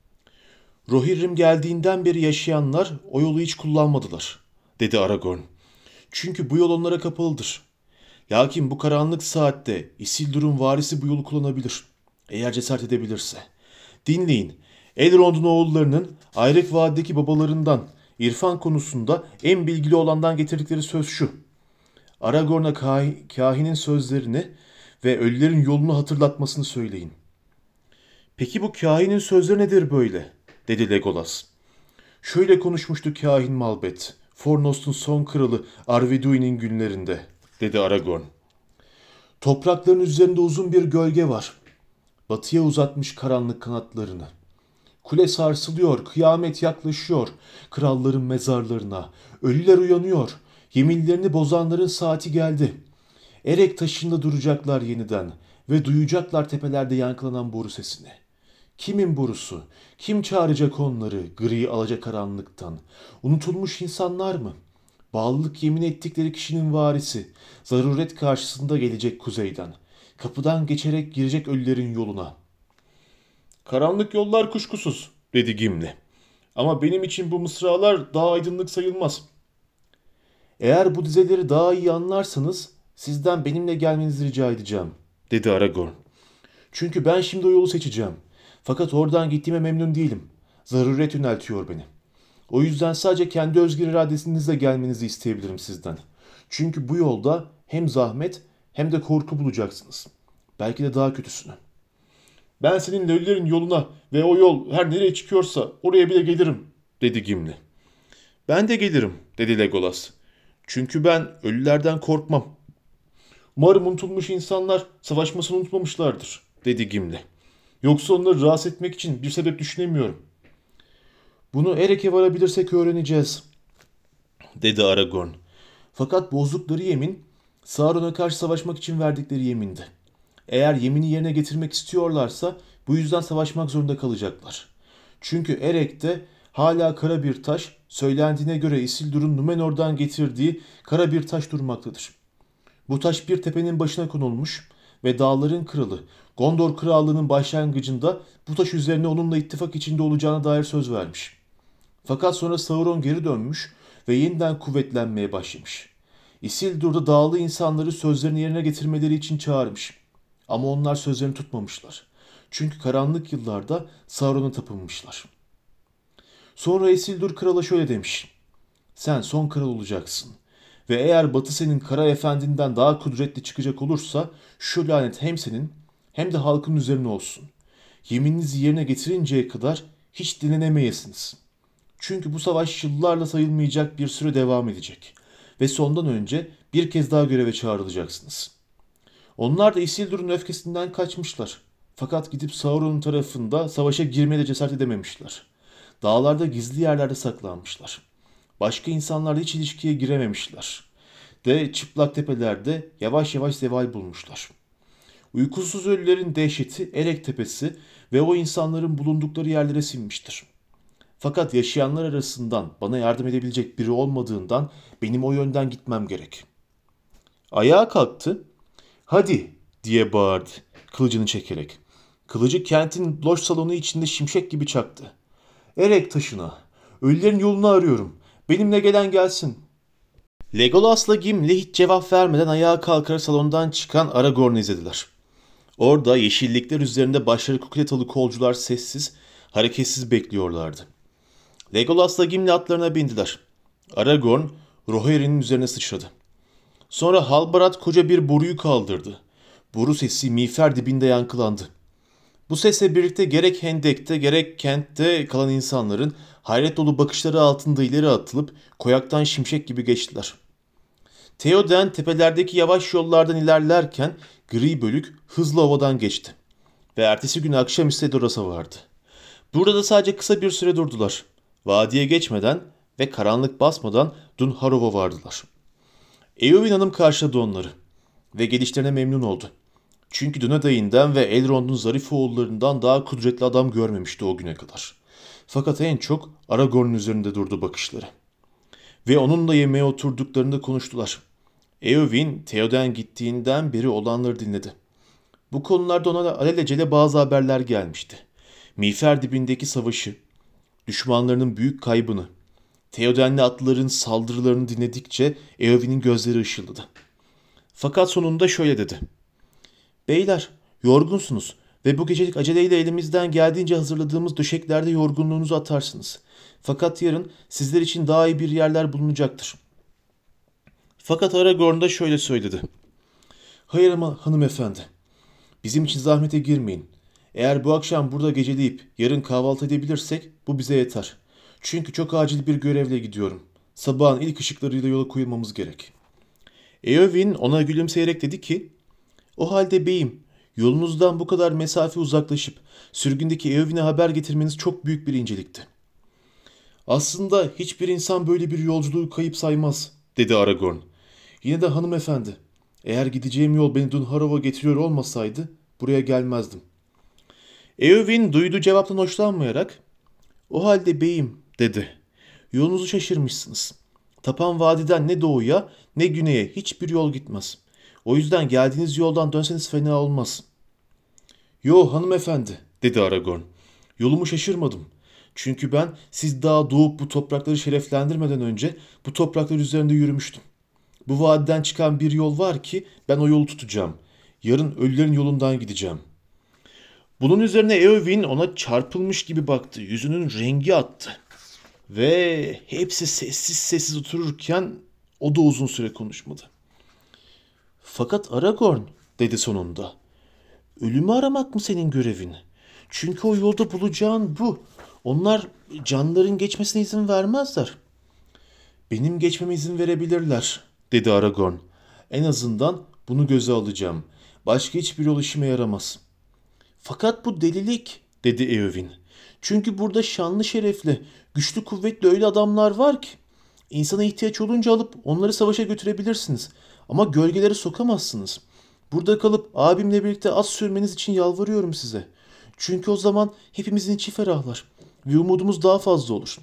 Rohirrim geldiğinden beri yaşayanlar o yolu hiç kullanmadılar, dedi Aragorn. Çünkü bu yol onlara kapalıdır. Lakin bu karanlık saatte Isildur'un varisi bu yolu kullanabilir. Eğer cesaret edebilirse. Dinleyin. Elrond'un oğullarının Ayrık Vadi'deki babalarından irfan konusunda en bilgili olandan getirdikleri söz şu. Aragorn'a kahinin sözlerini ve ölülerin yolunu hatırlatmasını söyleyin. Peki bu kahinin sözleri nedir böyle? Dedi Legolas. Şöyle konuşmuştu kahin Malbet, Fornos'un son kralı Arveduin'in günlerinde, dedi Aragorn. Toprakların üzerinde uzun bir gölge var. Batıya uzatmış karanlık kanatlarını. Kule sarsılıyor, kıyamet yaklaşıyor. Kralların mezarlarına, ölüler uyanıyor. Yeminlerini bozanların saati geldi. Erek taşında duracaklar yeniden ve duyacaklar tepelerde yankılanan boru sesini. Kimin borusu? Kim çağıracak onları gri alacakaranlıktan? Unutulmuş insanlar mı? Bağlılık yemin ettikleri kişinin varisi, zaruret karşısında gelecek kuzeyden. Kapıdan geçerek girecek ölülerin yoluna. Karanlık yollar kuşkusuz, dedi Gimli. Ama benim için bu mısralar daha aydınlık sayılmaz. Eğer bu dizeleri daha iyi anlarsanız sizden benimle gelmenizi rica edeceğim, dedi Aragorn. Çünkü ben şimdi o yolu seçeceğim. Fakat oradan gittiğime memnun değilim. Zaruret yöneltiyor beni. O yüzden sadece kendi özgür iradesinizle gelmenizi isteyebilirim sizden. Çünkü bu yolda hem zahmet hem de korku bulacaksınız. Belki de daha kötüsünü. Ben seninle ölülerin yoluna ve o yol her nereye çıkıyorsa oraya bile gelirim, dedi Gimli. Ben de gelirim, dedi Legolas. Çünkü ben ölülerden korkmam. Umarım unutulmuş insanlar savaşmasını unutmamışlardır, dedi Gimli. Yoksa onları rahatsız etmek için bir sebep düşünemiyorum. Bunu Erek'e varabilirsek öğreneceğiz, dedi Aragorn. Fakat bozdukları yemin Sauron'a karşı savaşmak için verdikleri yemindi. Eğer yemini yerine getirmek istiyorlarsa bu yüzden savaşmak zorunda kalacaklar. Çünkü Erek'te hala kara bir taş, söylendiğine göre Isildur'un Númenor'dan getirdiği kara bir taş durmaktadır. Bu taş bir tepenin başına konulmuş ve dağların kralı Gondor krallığının başlangıcında bu taş üzerine onunla ittifak içinde olacağına dair söz vermiş. Fakat sonra Sauron geri dönmüş ve yeniden kuvvetlenmeye başlamış. Isildur da dağlı insanları sözlerini yerine getirmeleri için çağırmış. Ama onlar sözlerini tutmamışlar. Çünkü karanlık yıllarda Sauron'a tapınmışlar. Sonra Isildur krala şöyle demiş. Sen son kral olacaksın. Ve eğer Batı senin kara efendinden daha kudretli çıkacak olursa şu lanet hem senin hem de halkın üzerine olsun. Yemininizi yerine getirinceye kadar hiç dinlenemeyesiniz. Çünkü bu savaş yıllarla sayılmayacak bir süre devam edecek. Ve sondan önce bir kez daha göreve çağrılacaksınız. Onlar da Isildur'un öfkesinden kaçmışlar. Fakat gidip Sauron'un tarafında savaşa girmeye de cesaret edememişler. Dağlarda gizli yerlerde saklanmışlar. Başka insanlarla hiç ilişkiye girememişler. De çıplak tepelerde yavaş yavaş zeval bulmuşlar. Uykusuz ölülerin dehşeti Erek Tepesi ve o insanların bulundukları yerlere sinmiştir. Fakat yaşayanlar arasından bana yardım edebilecek biri olmadığından benim o yönden gitmem gerek. Ayağa kalktı. Hadi diye bağırdı kılıcını çekerek. Kılıcı kentin loş salonu içinde şimşek gibi çaktı. Erek taşına. Ölülerin yolunu arıyorum. Benimle gelen gelsin. Legolas'la Gimli hiç cevap vermeden ayağa kalkarak salondan çıkan Aragorn'u izlediler. Orada yeşillikler üzerinde başları kukuletalı kolcular sessiz, hareketsiz bekliyorlardı. Legolas'la Gimli atlarına bindiler. Aragorn, Rohirrim'in üzerine sıçradı. Sonra Halbarad koca bir boruyu kaldırdı. Boru sesi miğfer dibinde yankılandı. Bu sesle birlikte gerek Hendek'te gerek kentte kalan insanların hayret dolu bakışları altında ileri atılıp koyaktan şimşek gibi geçtiler. Theoden tepelerdeki yavaş yollardan ilerlerken gri bölük hızla ovadan geçti. Ve ertesi gün akşam Edoras vardı. Burada da sadece kısa bir süre durdular. Vadiye geçmeden ve karanlık basmadan Dunharov'a vardılar. Eowyn Hanım karşıladı onları ve gelişlerine memnun oldu. Çünkü Dunedain'den ve Elrond'un zarif oğullarından daha kudretli adam görmemişti o güne kadar. Fakat en çok Aragorn'un üzerinde durdu bakışları. Ve onunla yemeğe oturduklarında konuştular. Eowyn, Theoden gittiğinden beri olanları dinledi. Bu konularda ona alelacele bazı haberler gelmişti. Miğfer dibindeki savaşı, düşmanlarının büyük kaybını, Theoden'li atlıların saldırılarını dinledikçe Eowyn'in gözleri ışıldadı. Fakat sonunda şöyle dedi. Beyler, yorgunsunuz ve bu gecelik aceleyle elimizden geldiğince hazırladığımız döşeklerde yorgunluğunuzu atarsınız. Fakat yarın sizler için daha iyi bir yerler bulunacaktır. Fakat Aragorn da şöyle söyledi. Hayır ama hanımefendi, Bizim için zahmete girmeyin. Eğer bu akşam burada geceleyip yarın kahvaltı edebilirsek bu bize yeter. Çünkü çok acil bir görevle gidiyorum. Sabahın ilk ışıklarıyla yola koyulmamız gerek. Eowyn ona gülümseyerek dedi ki, o halde beyim, yolunuzdan bu kadar mesafe uzaklaşıp sürgündeki Eowyn'e haber getirmeniz çok büyük bir incelikti. Aslında hiçbir insan böyle bir yolculuğu kayıp saymaz, dedi Aragorn. Yine de hanımefendi, eğer gideceğim yol beni Dunharrowa getiriyor olmasaydı buraya gelmezdim. Eowyn duyduğu cevaptan hoşlanmayarak, o halde beyim, dedi. Yolunuzu şaşırmışsınız. Tapan Vadi'den ne doğuya ne güneye hiçbir yol gitmez. O yüzden geldiğiniz yoldan dönseniz fena olmaz. Yo hanımefendi, dedi Aragorn. Yolumu şaşırmadım. Çünkü ben siz daha doğup bu toprakları şereflendirmeden önce bu topraklar üzerinde yürümüştüm. Bu vadiden çıkan bir yol var ki ben o yolu tutacağım. Yarın ölülerin yolundan gideceğim. Bunun üzerine Eowyn ona çarpılmış gibi baktı. Yüzünün rengi attı. Ve hepsi sessiz sessiz otururken o da uzun süre konuşmadı. Fakat Aragorn, dedi sonunda. Ölümü aramak mı senin görevin? Çünkü o yolda bulacağın bu. Onlar canların geçmesine izin vermezler. Benim geçmeme izin verebilirler, dedi Aragorn. En azından bunu göze alacağım. Başka hiçbir yol işime yaramaz. Fakat bu delilik, dedi Eowyn. Çünkü burada şanlı şerefli, güçlü kuvvetli öyle adamlar var ki. İnsana ihtiyaç olunca alıp onları savaşa götürebilirsiniz. Ama gölgeleri sokamazsınız. Burada kalıp abimle birlikte at sürmeniz için yalvarıyorum size. Çünkü o zaman hepimizin içi ferahlar ve umudumuz daha fazla olur.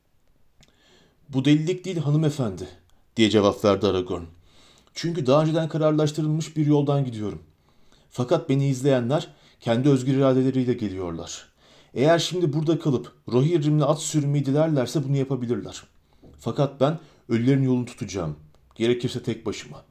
Bu delilik değil hanımefendi, diye cevap verdi Aragorn. Çünkü daha önceden kararlaştırılmış bir yoldan gidiyorum. Fakat beni izleyenler kendi özgür iradeleriyle geliyorlar. Eğer şimdi burada kalıp Rohirrim'le at sürmeyi dilerlerse bunu yapabilirler. Fakat ben ölülerin yolunu tutacağım. Gerekirse tek başıma.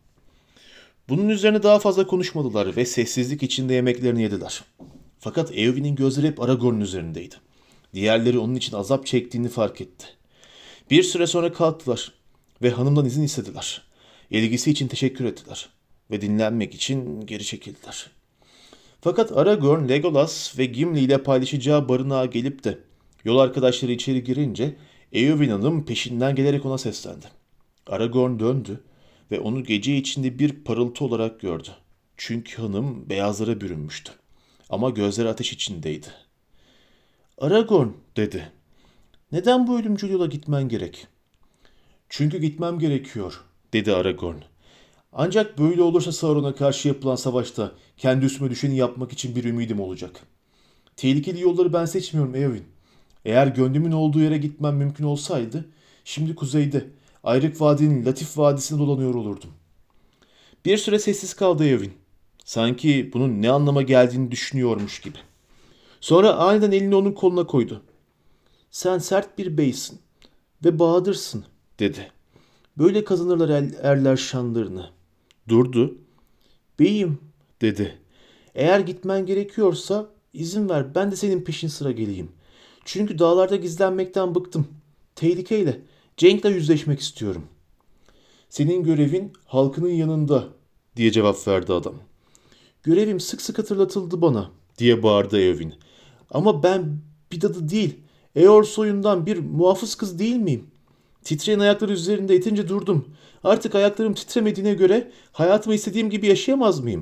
Bunun üzerine daha fazla konuşmadılar ve sessizlik içinde yemeklerini yediler. Fakat Eowyn'in gözleri hep Aragorn'un üzerindeydi. Diğerleri onun için azap çektiğini fark etti. Bir süre sonra kalktılar ve hanımdan izin istediler. İlgisi için teşekkür ettiler ve dinlenmek için geri çekildiler. Fakat Aragorn, Legolas ve Gimli ile paylaşacağı barınağa gelip de yol arkadaşları içeri girince Eowyn Hanım peşinden gelerek ona seslendi. Aragorn döndü ve onu gece içinde bir parıltı olarak gördü. Çünkü hanım beyazlara bürünmüştü. Ama gözleri ateş içindeydi. Aragorn, dedi. Neden bu ölümcül yola gitmen gerek? Çünkü gitmem gerekiyor, dedi Aragorn. Ancak böyle olursa Sauron'a karşı yapılan savaşta kendi üstüme düşeni yapmak için bir ümidim olacak. Tehlikeli yolları ben seçmiyorum Eowyn. Eğer gönlümün olduğu yere gitmem mümkün olsaydı, şimdi kuzeyde, Ayrık Vadi'nin Latif Vadisi'ne dolanıyor olurdum. Bir süre sessiz kaldı Eowyn. Sanki bunun ne anlama geldiğini düşünüyormuş gibi. Sonra aniden elini onun koluna koydu. Sen sert bir beysin ve bahadırsın, dedi. Böyle kazanırlar erler şanlarını. Durdu. Beyim, dedi. Eğer gitmen gerekiyorsa izin ver ben de senin peşin sıra geleyim. Çünkü dağlarda gizlenmekten bıktım. Tehlikeyle, Cenk'le yüzleşmek istiyorum. Senin görevin halkının yanında, diye cevap verdi adam. Görevim sık sık hatırlatıldı bana, diye bağırdı Eowyn. Ama ben bir dadı değil, Eor soyundan bir muhafız kız değil miyim? Titreyen ayakları üzerinde itince durdum. Artık ayaklarım titremediğine göre hayatımı istediğim gibi yaşayamaz mıyım?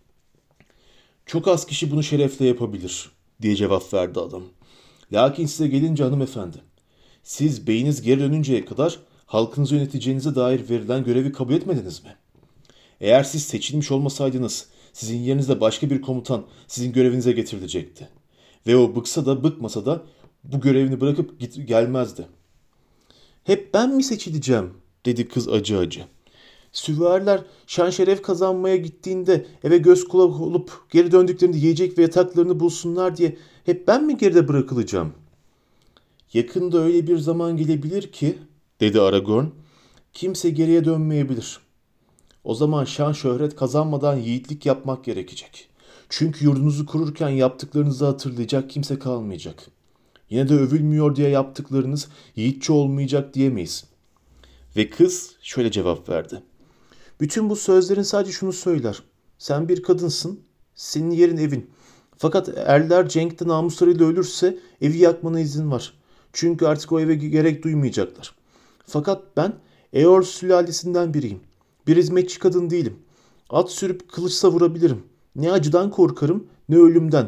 Çok az kişi bunu şerefle yapabilir, diye cevap verdi adam. Lakin size gelince hanımefendi, siz beyiniz geri dönünceye kadar halkınızı yöneteceğinize dair verilen görevi kabul etmediniz mi? Eğer siz seçilmiş olmasaydınız, sizin yerinizde başka bir komutan sizin görevinize getirilecekti. Ve o bıksa da bıkmasa da bu görevini bırakıp gelmezdi. Hep ben mi seçileceğim, dedi kız acı acı. Süvariler şan şeref kazanmaya gittiğinde eve göz kulak olup geri döndüklerinde yiyecek ve yataklarını bulsunlar diye hep ben mi geride bırakılacağım? Yakında öyle bir zaman gelebilir ki, dedi Aragorn, kimse geriye dönmeyebilir. O zaman şan şöhret kazanmadan yiğitlik yapmak gerekecek. Çünkü yurdunuzu kururken yaptıklarınızı hatırlayacak kimse kalmayacak. Yine de övülmüyor diye yaptıklarınız yiğitçe olmayacak diyemeyiz. Ve kız şöyle cevap verdi. Bütün bu sözlerin sadece şunu söyler. Sen bir kadınsın, Senin yerin evin. Fakat erler Cenk'te namuslarıyla ölürse evi yakmana izin var. Çünkü artık o eve gerek duymayacaklar. Fakat ben Eor sülalesinden biriyim. Bir hizmetçi kadın değilim. At sürüp kılıç savurabilirim. Ne acıdan korkarım ne ölümden.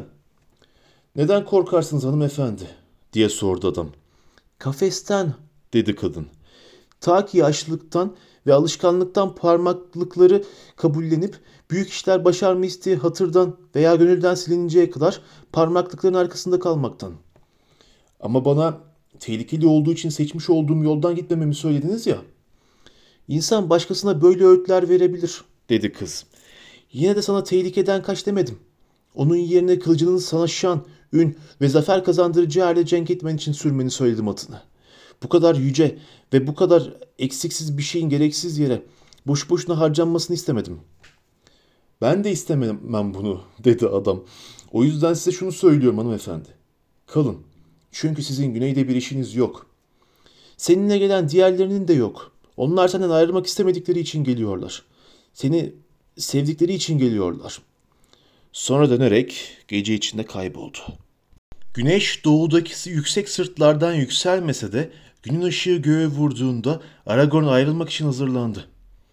Neden korkarsınız hanımefendi? Diye sordu adam. Kafesten, dedi kadın. Ta ki yaşlılıktan ve alışkanlıktan parmaklıkları kabullenip büyük işler başarma isteği hatırdan veya gönülden silininceye kadar parmaklıkların arkasında kalmaktan. Ama bana tehlikeli olduğu için seçmiş olduğum yoldan gitmememi söylediniz ya. İnsan başkasına böyle öğütler verebilir, dedi kız. Yine de sana tehlikeden kaç demedim. Onun yerine kılıcının sana şan, ün ve zafer kazandırıcı hale cenk etmen için sürmeni söyledim atını. Bu kadar yüce ve bu kadar eksiksiz bir şeyin gereksiz yere boş boşuna harcanmasını istemedim. Ben de istemem bunu, dedi adam. O yüzden size şunu söylüyorum hanımefendi. Kalın. Çünkü sizin güneyde bir işiniz yok. Seninle gelen diğerlerinin de yok. Onlar senden ayrılmak istemedikleri için geliyorlar. Seni sevdikleri için geliyorlar. Sonra dönerek gece içinde kayboldu. Güneş doğudaki yüksek sırtlardan yükselmese de günün ışığı göğe vurduğunda Aragorn ayrılmak için hazırlandı.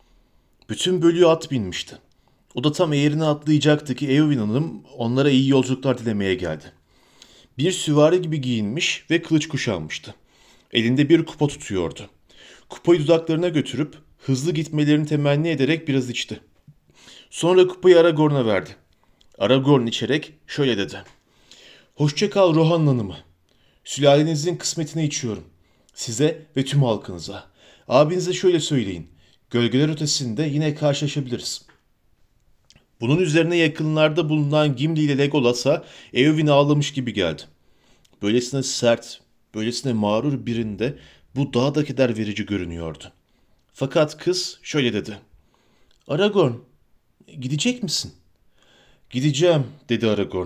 Bütün bölüğü at binmişti. O da tam eğerine atlayacaktı ki Eowyn Hanım onlara iyi yolculuklar dilemeye geldi. Bir süvari gibi giyinmiş ve kılıç kuşanmıştı. Elinde bir kupa tutuyordu. Kupayı dudaklarına götürüp hızlı gitmelerini temenni ederek biraz içti. Sonra kupayı Aragorn'a verdi. Aragorn içerek şöyle dedi. Hoşça kal Rohan Hanım'ı. Sülalenizin kısmetine içiyorum. Size ve tüm halkınıza. Abinize şöyle söyleyin. Gölgeler ötesinde yine karşılaşabiliriz. Bunun üzerine yakınlarda bulunan Gimli ile Legolas'a Eowyn ağlamış gibi geldi. Böylesine sert, böylesine mağrur birinde bu daha da keder verici görünüyordu. Fakat kız şöyle dedi. Aragorn, gidecek misin? Gideceğim, dedi Aragorn.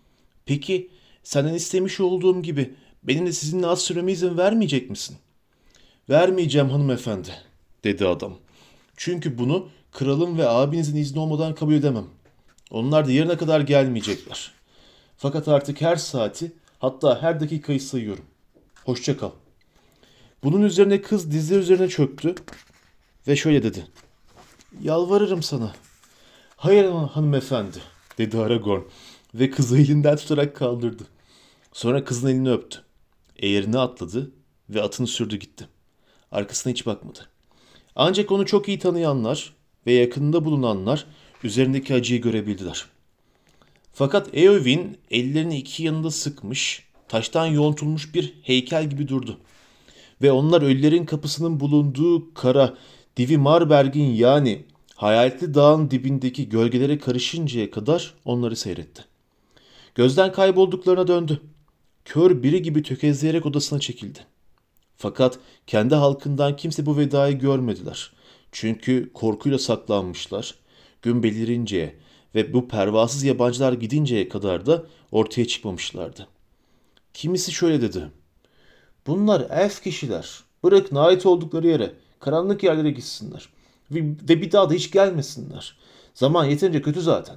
Peki senden istemiş olduğum gibi benim de sizinle az süreme izin vermeyecek misin? Vermeyeceğim hanımefendi, dedi adam. Çünkü bunu kralım ve abinizin izni olmadan kabul edemem. Onlar da yarına kadar gelmeyecekler. Fakat artık her saati, hatta her dakikayı sayıyorum. Hoşça kal. Bunun üzerine kız dizleri üzerine çöktü ve şöyle dedi. Yalvarırım sana. Hayır hanımefendi, dedi Aragorn ve kızı elinden tutarak kaldırdı. Sonra kızın elini öptü. Eğerine atladı ve atını sürdü gitti. Arkasına hiç bakmadı. Ancak onu çok iyi tanıyanlar ve yakınında bulunanlar üzerindeki acıyı görebildiler. Fakat Eowyn ellerini iki yanında sıkmış, taştan yontulmuş bir heykel gibi durdu. Ve onlar ölülerin kapısının bulunduğu kara Divi Marberg'in yani hayaletli dağın dibindeki gölgelere karışıncaya kadar onları seyretti. Gözden kaybolduklarına döndü. Kör biri gibi tökezleyerek odasına çekildi. Fakat kendi halkından kimse bu vedayı görmediler. Çünkü korkuyla saklanmışlar. Gün belirinceye ve bu pervasız yabancılar gidinceye kadar da ortaya çıkmamışlardı. Kimisi şöyle dedi. Bunlar elf kişiler. Bırakın ait oldukları yere, karanlık yerlere gitsinler. Ve bir daha da hiç gelmesinler. Zaman yeterince kötü zaten.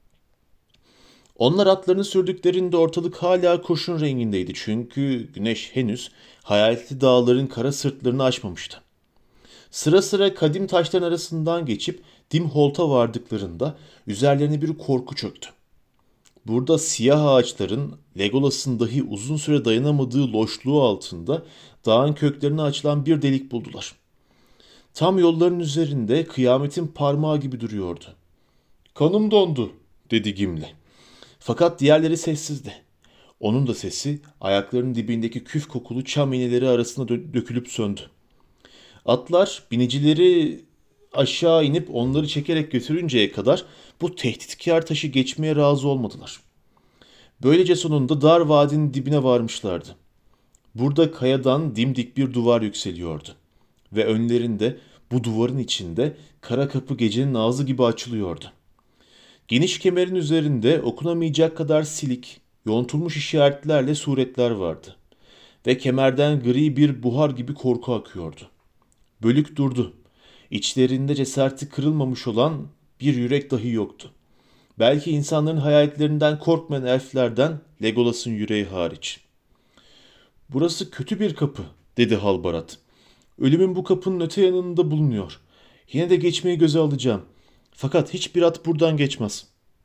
Onlar atlarını sürdüklerinde ortalık hala kurşun rengindeydi. Çünkü güneş henüz hayaletli dağların kara sırtlarını açmamıştı. Sıra sıra kadim taşların arasından geçip Dimholt'a vardıklarında üzerlerine bir korku çöktü. Burada siyah ağaçların Legolas'ın dahi uzun süre dayanamadığı loşluğu altında dağın köklerine açılan bir delik buldular. Tam yolların üzerinde kıyametin parmağı gibi duruyordu. Kanım dondu, dedi Gimli. Fakat diğerleri sessizdi. Onun da sesi ayaklarının dibindeki küf kokulu çam iğneleri arasında dökülüp söndü. Atlar binicileri aşağı inip onları çekerek götürünceye kadar bu tehditkar taşı geçmeye razı olmadılar. Böylece sonunda dar vadinin dibine varmışlardı. Burada kayadan dimdik bir duvar yükseliyordu. Ve önlerinde bu duvarın içinde kara kapı gecenin ağzı gibi açılıyordu. Geniş kemerin üzerinde okunamayacak kadar silik, yontulmuş işaretlerle suretler vardı. Ve kemerden gri bir buhar gibi korku akıyordu. Bölük durdu. İçlerinde cesareti kırılmamış olan bir yürek dahi yoktu. Belki insanların hayaletlerinden korkmayan elflerden Legolas'ın yüreği hariç. Burası kötü bir kapı, dedi Halbarat. Ölümün bu kapının öte yanında bulunuyor. Yine de geçmeyi göze alacağım. Fakat hiçbir at buradan geçmez.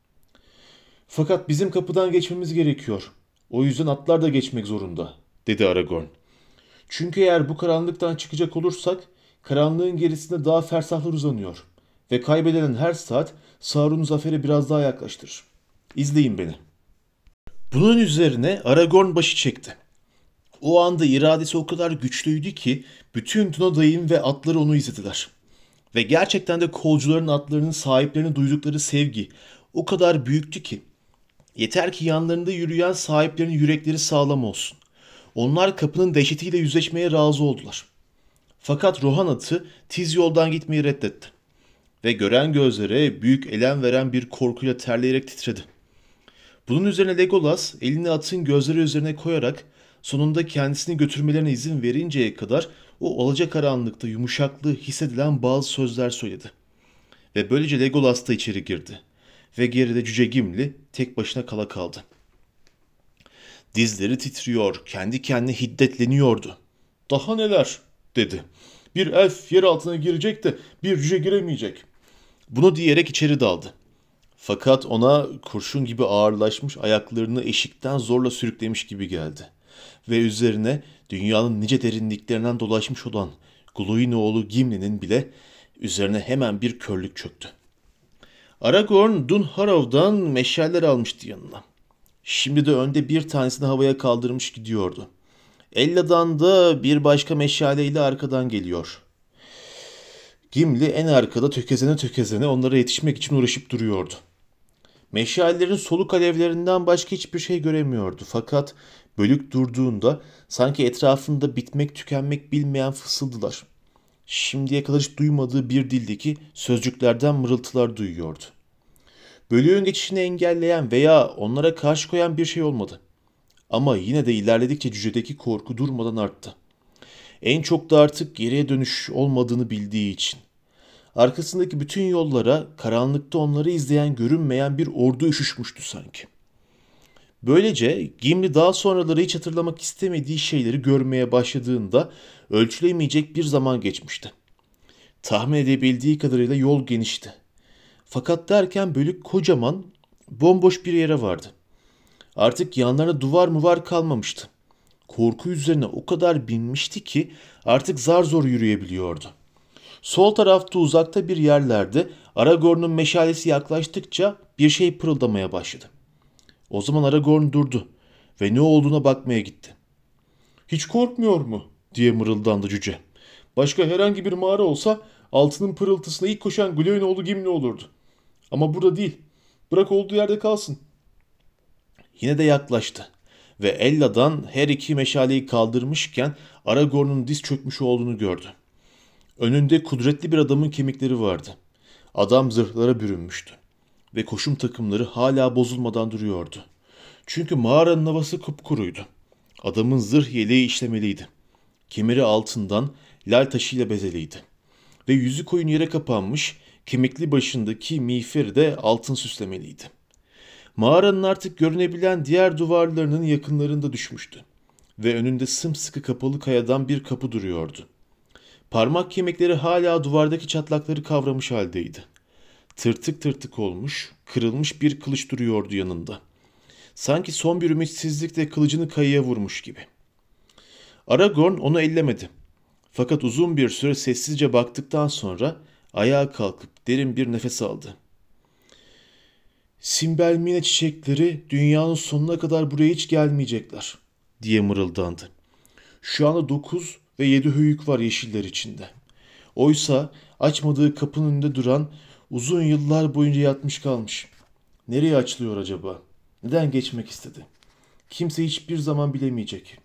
Fakat bizim kapıdan geçmemiz gerekiyor. O yüzden atlar da geçmek zorunda, dedi Aragorn. Çünkü eğer bu karanlıktan çıkacak olursak, karanlığın gerisinde daha fersahlar uzanıyor. Ve kaybedilen her saat Sauron'u zafere biraz daha yaklaştırır. İzleyin beni. Bunun üzerine Aragorn başı çekti. O anda iradesi o kadar güçlüydü ki bütün Dunedain ve atları onu izlediler. Ve gerçekten de kolcuların atlarının sahiplerine duydukları sevgi o kadar büyüktü ki yeter ki yanlarında yürüyen sahiplerin yürekleri sağlam olsun. Onlar kapının dehşetiyle yüzleşmeye razı oldular. Fakat Rohan atı tiz yoldan gitmeyi reddetti. Ve gören gözlere büyük elem veren bir korkuyla terleyerek titredi. Bunun üzerine Legolas elini atın gözleri üzerine koyarak sonunda kendisini götürmelerine izin verinceye kadar o alacakaranlıkta yumuşaklığı hissedilen bazı sözler söyledi. Ve böylece Legolas da içeri girdi. Ve geride Cüce Gimli tek başına kala kaldı. Dizleri titriyor, kendi kendine hiddetleniyordu. "Daha neler?" dedi. "Bir elf yer altına girecek de bir cüce giremeyecek." Bunu diyerek içeri daldı. Fakat ona kurşun gibi ağırlaşmış ayaklarını eşikten zorla sürüklemiş gibi geldi. Ve üzerine dünyanın nice derinliklerinden dolaşmış olan Glúin oğlu Gimli'nin bile üzerine hemen bir körlük çöktü. Aragorn Dunharrow'dan meşaller almıştı yanına. Şimdi de önde bir tanesini havaya kaldırmış gidiyordu. Ella'dan da bir başka meşaleyle arkadan geliyor. Gimli en arkada tökezene tökezene onlara yetişmek için uğraşıp duruyordu. Meşallerin soluk alevlerinden başka hiçbir şey göremiyordu. Fakat bölük durduğunda sanki etrafında bitmek tükenmek bilmeyen fısıldılar. Şimdiye kadar hiç duymadığı bir dildeki sözcüklerden mırıltılar duyuyordu. Bölüğün geçişini engelleyen veya onlara karşı koyan bir şey olmadı. Ama yine de ilerledikçe cücedeki korku durmadan arttı. En çok da artık geriye dönüş olmadığını bildiği için. Arkasındaki bütün yollara karanlıkta onları izleyen görünmeyen bir ordu üşüşmüştü sanki. Böylece Gimli daha sonraları hiç hatırlamak istemediği şeyleri görmeye başladığında ölçülemeyecek bir zaman geçmişti. Tahmin edebildiği kadarıyla yol genişti. Fakat derken bölük kocaman, bomboş bir yere vardı. Artık yanlarına duvar muvar kalmamıştı. Korku üzerine o kadar binmişti ki artık zar zor yürüyebiliyordu. Sol tarafta uzakta bir yerlerde Aragorn'un meşalesi yaklaştıkça bir şey pırıldamaya başladı. O zaman Aragorn durdu ve ne olduğuna bakmaya gitti. "Hiç korkmuyor mu?" diye mırıldandı cüce. "Başka herhangi bir mağara olsa altının pırıltısına ilk koşan Glúin oğlu Gimli olurdu. Ama burada değil. Bırak olduğu yerde kalsın." Yine de yaklaştı ve Ella'dan her iki meşaleyi kaldırmışken Aragorn'un diz çökmüş olduğunu gördü. Önünde kudretli bir adamın kemikleri vardı. Adam zırhlara bürünmüştü ve koşum takımları hala bozulmadan duruyordu. Çünkü mağaranın havası kupkuruydu. Adamın zırh yeleği işlemeliydi. Kemeri altından lal taşıyla bezeliydi. Ve yüzü koyun yere kapanmış, kemikli başındaki miğferi de altın süslemeliydi. Mağaranın artık görünebilen diğer duvarlarının yakınlarında düşmüştü. Ve önünde sımsıkı kapalı kayadan bir kapı duruyordu. Parmak kemikleri hala duvardaki çatlakları kavramış haldeydi. Tırtık tırtık olmuş, kırılmış bir kılıç duruyordu yanında. Sanki son bir ümitsizlikle kılıcını kayaya vurmuş gibi. Aragorn onu ellemedi. Fakat uzun bir süre sessizce baktıktan sonra ayağa kalkıp derin bir nefes aldı. "Simbelmine çiçekleri dünyanın sonuna kadar buraya hiç gelmeyecekler," diye mırıldandı. "Şu anda 9 ve 7 höyük var yeşiller içinde. Oysa açmadığı kapının önünde duran uzun yıllar boyunca yatmış kalmış. Nereye açılıyor acaba? Neden geçmek istedi? Kimse hiçbir zaman bilemeyecek."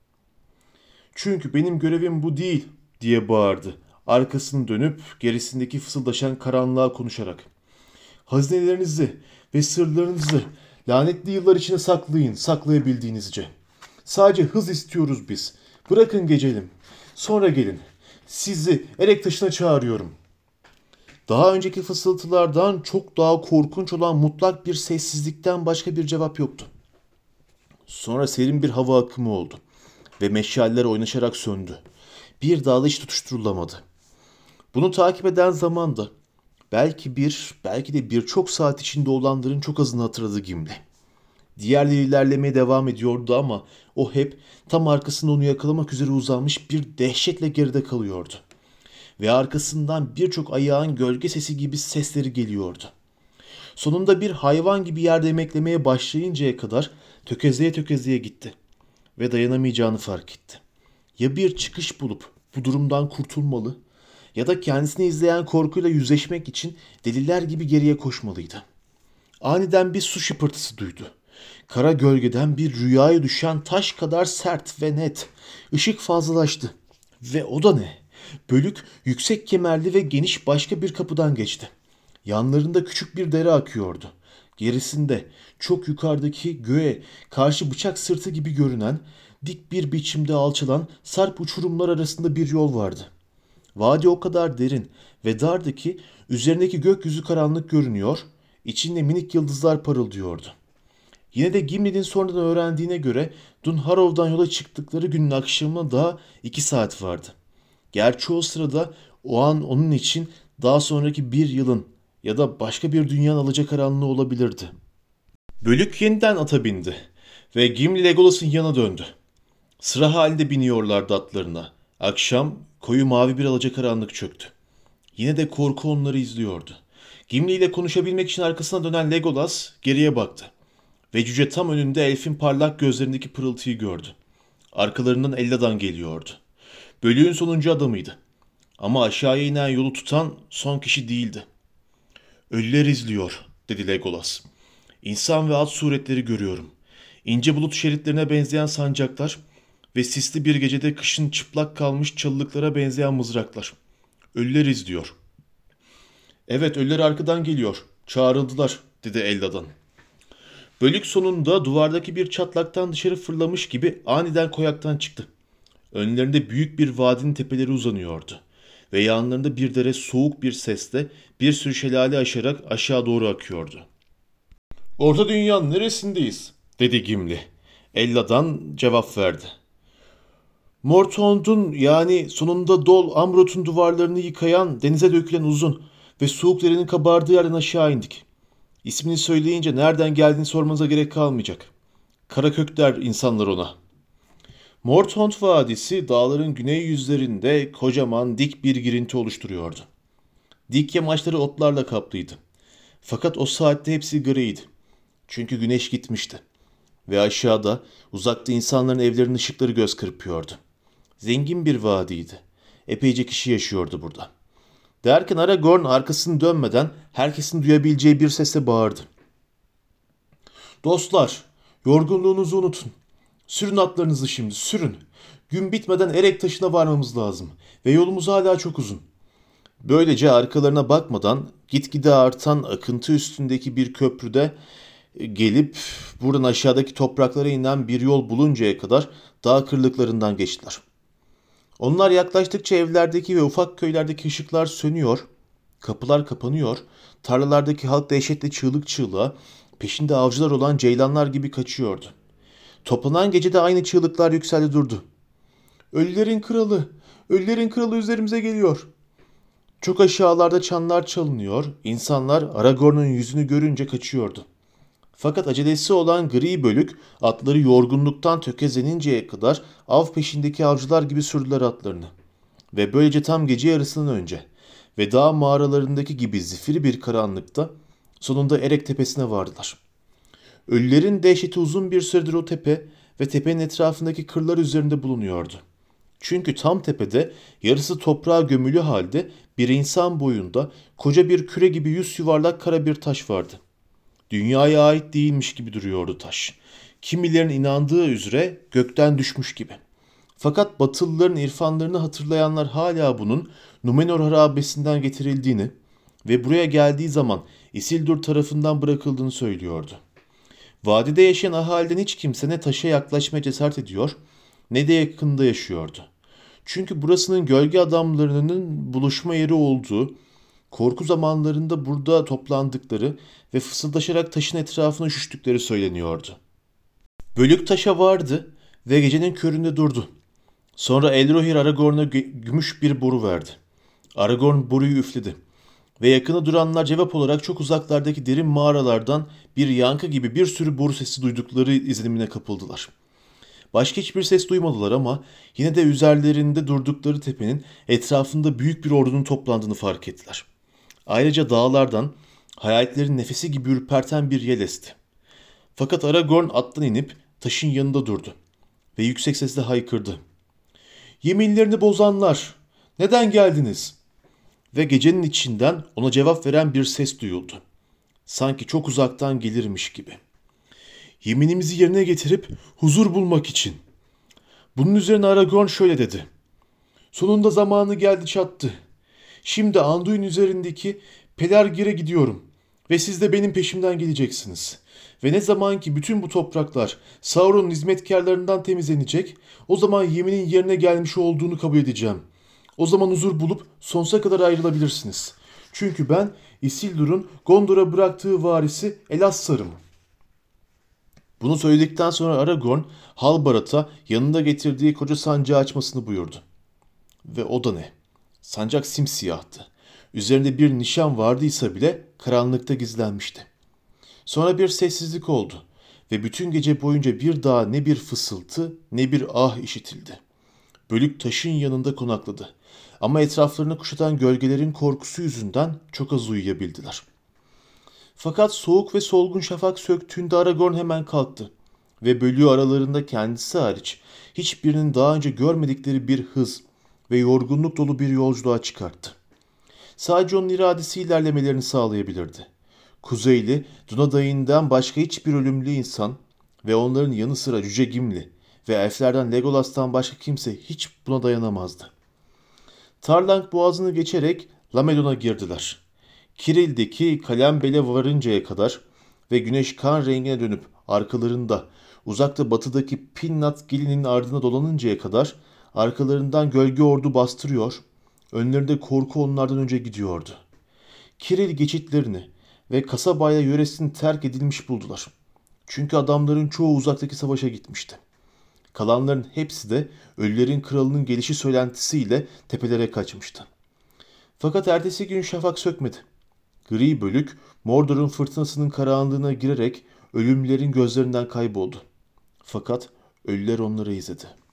"Çünkü benim görevim bu değil," diye bağırdı. Arkasını dönüp gerisindeki fısıldaşan karanlığa konuşarak. "Hazinelerinizi ve sırlarınızı lanetli yıllar içine saklayın, saklayabildiğinizce. Sadece hız istiyoruz biz. Bırakın geçelim. Sonra gelin. Sizi Erek taşına çağırıyorum." Daha önceki fısıltılardan çok daha korkunç olan mutlak bir sessizlikten başka bir cevap yoktu. Sonra serin bir hava akımı oldu ve meşaller oynaşarak söndü. Bir daha da hiç tutuşturulamadı. Bunu takip eden zaman da belki de birçok saat içinde olanların çok azını hatırladı Gimli. Diğerleri ilerlemeye devam ediyordu ama o hep tam arkasında onu yakalamak üzere uzanmış bir dehşetle geride kalıyordu. Ve arkasından birçok ayağın gölge sesi gibi sesleri geliyordu. Sonunda bir hayvan gibi yerde emeklemeye başlayıncaya kadar tökezleye tökezleye gitti ve dayanamayacağını fark etti. Ya bir çıkış bulup bu durumdan kurtulmalı ya da kendisini izleyen korkuyla yüzleşmek için deliler gibi geriye koşmalıydı. Aniden bir su şıpırtısı duydu. Kara gölgeden bir rüyaya düşen taş kadar sert ve net. Işık fazlalaştı. Ve o da ne? Bölük yüksek kemerli ve geniş başka bir kapıdan geçti. Yanlarında küçük bir dere akıyordu. Gerisinde çok yukarıdaki göğe karşı bıçak sırtı gibi görünen, dik bir biçimde alçalan sarp uçurumlar arasında bir yol vardı. Vadi o kadar derin ve dardı ki üzerindeki gökyüzü karanlık görünüyor, içinde minik yıldızlar parıldıyordu. Yine de Gimli'nin sonradan öğrendiğine göre Dunharrow'dan yola çıktıkları günün akşamına daha 2 saat vardı. Gerçi o sırada o an onun için daha sonraki bir yılın ya da başka bir dünyanın alacakaranlığı olabilirdi. Bölük yeniden ata bindi ve Gimli Legolas'ın yanına döndü. Sıra halinde biniyorlardı atlarına. Akşam koyu mavi bir alacakaranlık çöktü. Yine de korku onları izliyordu. Gimli ile konuşabilmek için arkasına dönen Legolas geriye baktı. Ve cüce tam önünde elfin parlak gözlerindeki pırıltıyı gördü. Arkalarından Elladan geliyordu. Bölüğün sonuncu adamıydı. Ama aşağıya inen yolu tutan son kişi değildi. "Ölüler izliyor," dedi Legolas. "İnsan ve at suretleri görüyorum. İnce bulut şeritlerine benzeyen sancaklar ve sisli bir gecede kışın çıplak kalmış çalılıklara benzeyen mızraklar. Ölüler izliyor." "Evet, ölüler arkadan geliyor. Çağrıldılar," dedi Elladan. Bölük sonunda duvardaki bir çatlaktan dışarı fırlamış gibi aniden koyaktan çıktı. Önlerinde büyük bir vadinin tepeleri uzanıyordu. Ve yanlarında bir dere soğuk bir sesle bir sürü şelale aşarak aşağı doğru akıyordu. "Orta dünyanın neresindeyiz?" dedi Gimli. Elladan cevap verdi. "Mortond'un yani sonunda Dol Amrot'un duvarlarını yıkayan, denize dökülen uzun ve soğuk derenin kabardığı yerden aşağı indik. İsmini söyleyince nereden geldiğini sormanıza gerek kalmayacak. Karakök der insanlar ona." Mortond Vadisi dağların güney yüzlerinde kocaman dik bir girinti oluşturuyordu. Dik yamaçları otlarla kaplıydı. Fakat o saatte hepsi griydi. Çünkü güneş gitmişti. Ve aşağıda, uzakta insanların evlerinin ışıkları göz kırpıyordu. Zengin bir vadiydi. Epeyce kişi yaşıyordu burada. Derken Aragorn arkasını dönmeden herkesin duyabileceği bir sesle bağırdı. "Dostlar, yorgunluğunuzu unutun. Sürün atlarınızı şimdi, sürün. Gün bitmeden Erek Taşı'na varmamız lazım ve yolumuz hala çok uzun." Böylece arkalarına bakmadan gitgide artan akıntı üstündeki bir köprüde gelip buradan aşağıdaki topraklara inen bir yol buluncaya kadar dağ kırlıklarından geçtiler. Onlar yaklaştıkça evlerdeki ve ufak köylerdeki ışıklar sönüyor, kapılar kapanıyor, tarlalardaki halk dehşetle çığlık çığlığa, peşinde avcılar olan ceylanlar gibi kaçıyordu. Toplanan gecede aynı çığlıklar yükseldi durdu. "Ölülerin kralı, ölülerin kralı üzerimize geliyor." Çok aşağılarda çanlar çalınıyor, insanlar Aragorn'un yüzünü görünce kaçıyordu. Fakat acelesi olan gri bölük atları yorgunluktan tökezleninceye kadar av peşindeki avcılar gibi sürdüler atlarını. Ve böylece tam gece yarısından önce ve dağ mağaralarındaki gibi zifiri bir karanlıkta sonunda Erek Tepesi'ne vardılar. Ölülerin dehşeti uzun bir süredir o tepe ve tepenin etrafındaki kırlar üzerinde bulunuyordu. Çünkü tam tepede yarısı toprağa gömülü halde bir insan boyunda koca bir küre gibi yüz yuvarlak kara bir taş vardı. Dünyaya ait değilmiş gibi duruyordu taş. Kimilerin inandığı üzere gökten düşmüş gibi. Fakat Batılıların irfanlarını hatırlayanlar hala bunun Numenor harabesinden getirildiğini ve buraya geldiği zaman Isildur tarafından bırakıldığını söylüyordu. Vadide yaşayan ahaliden hiç kimse ne taşa yaklaşmaya cesaret ediyor ne de yakında yaşıyordu. Çünkü burasının gölge adamlarının buluşma yeri olduğu Korku zamanlarında burada toplandıkları ve fısıldaşarak taşın etrafına üşüştükleri söyleniyordu. Bölük taşa vardı ve gecenin köründe durdu. Sonra Elrohir Aragorn'a gümüş bir boru verdi. Aragorn boruyu üfledi ve yakını duranlar cevap olarak çok uzaklardaki derin mağaralardan bir yankı gibi bir sürü boru sesi duydukları izlenimine kapıldılar. Başka hiçbir ses duymadılar ama yine de üzerlerinde durdukları tepenin etrafında büyük bir ordunun toplandığını fark ettiler. Ayrıca dağlardan hayaletlerin nefesi gibi ürperten bir yel esti. Fakat Aragorn attan inip taşın yanında durdu ve yüksek sesle haykırdı. Yeminlerini bozanlar, neden geldiniz? Ve gecenin içinden ona cevap veren bir ses duyuldu. Sanki çok uzaktan gelirmiş gibi. Yeminimizi yerine getirip huzur bulmak için. Bunun üzerine Aragorn şöyle dedi. Sonunda zamanı geldi çattı. Şimdi Anduin üzerindeki Pelargir'e gidiyorum ve siz de benim peşimden geleceksiniz. Ve ne zaman ki bütün bu topraklar Sauron'un hizmetkarlarından temizlenecek, o zaman yeminin yerine gelmiş olduğunu kabul edeceğim. O zaman huzur bulup sonsuza kadar ayrılabilirsiniz. Çünkü ben Isildur'un Gondor'a bıraktığı varisi Elassar'ım. Bunu söyledikten sonra Aragorn, Halbarat'a yanında getirdiği koca sancağı açmasını buyurdu. Ve o da ne? Sancak simsiyahtı. Üzerinde bir nişan vardıysa bile karanlıkta gizlenmişti. Sonra bir sessizlik oldu ve bütün gece boyunca bir daha ne bir fısıltı ne bir ah işitildi. Bölük taşın yanında konakladı ama etraflarını kuşatan gölgelerin korkusu yüzünden çok az uyuyabildiler. Fakat soğuk ve solgun şafak söktüğünde Aragorn hemen kalktı ve bölüğü aralarında kendisi hariç hiçbirinin daha önce görmedikleri bir hız ve yorgunluk dolu bir yolculuğa çıkarttı. Sadece onun iradesi ilerlemelerini sağlayabilirdi. Kuzeyli, Dunadayı'ndan başka hiçbir ölümlü insan ve onların yanı sıra Cüce Gimli ve elflerden Legolas'tan başka kimse hiç buna dayanamazdı. Tarlang boğazını geçerek Lamelon'a girdiler. Kiril'deki Kalembel'e varıncaya kadar ve güneş kan rengine dönüp arkalarında uzakta batıdaki Pinnat Gili'nin ardına dolanıncaya kadar arkalarından gölge ordu bastırıyor, önlerinde korku onlardan önce gidiyordu. Kiril geçitlerini ve kasabayla yöresini terk edilmiş buldular. Çünkü adamların çoğu uzaktaki savaşa gitmişti. Kalanların hepsi de ölülerin kralının gelişi söylentisiyle tepelere kaçmıştı. Fakat ertesi gün şafak sökmedi. Gri bölük Mordor'un fırtınasının karanlığına girerek ölümlerin gözlerinden kayboldu. Fakat ölüler onları izledi.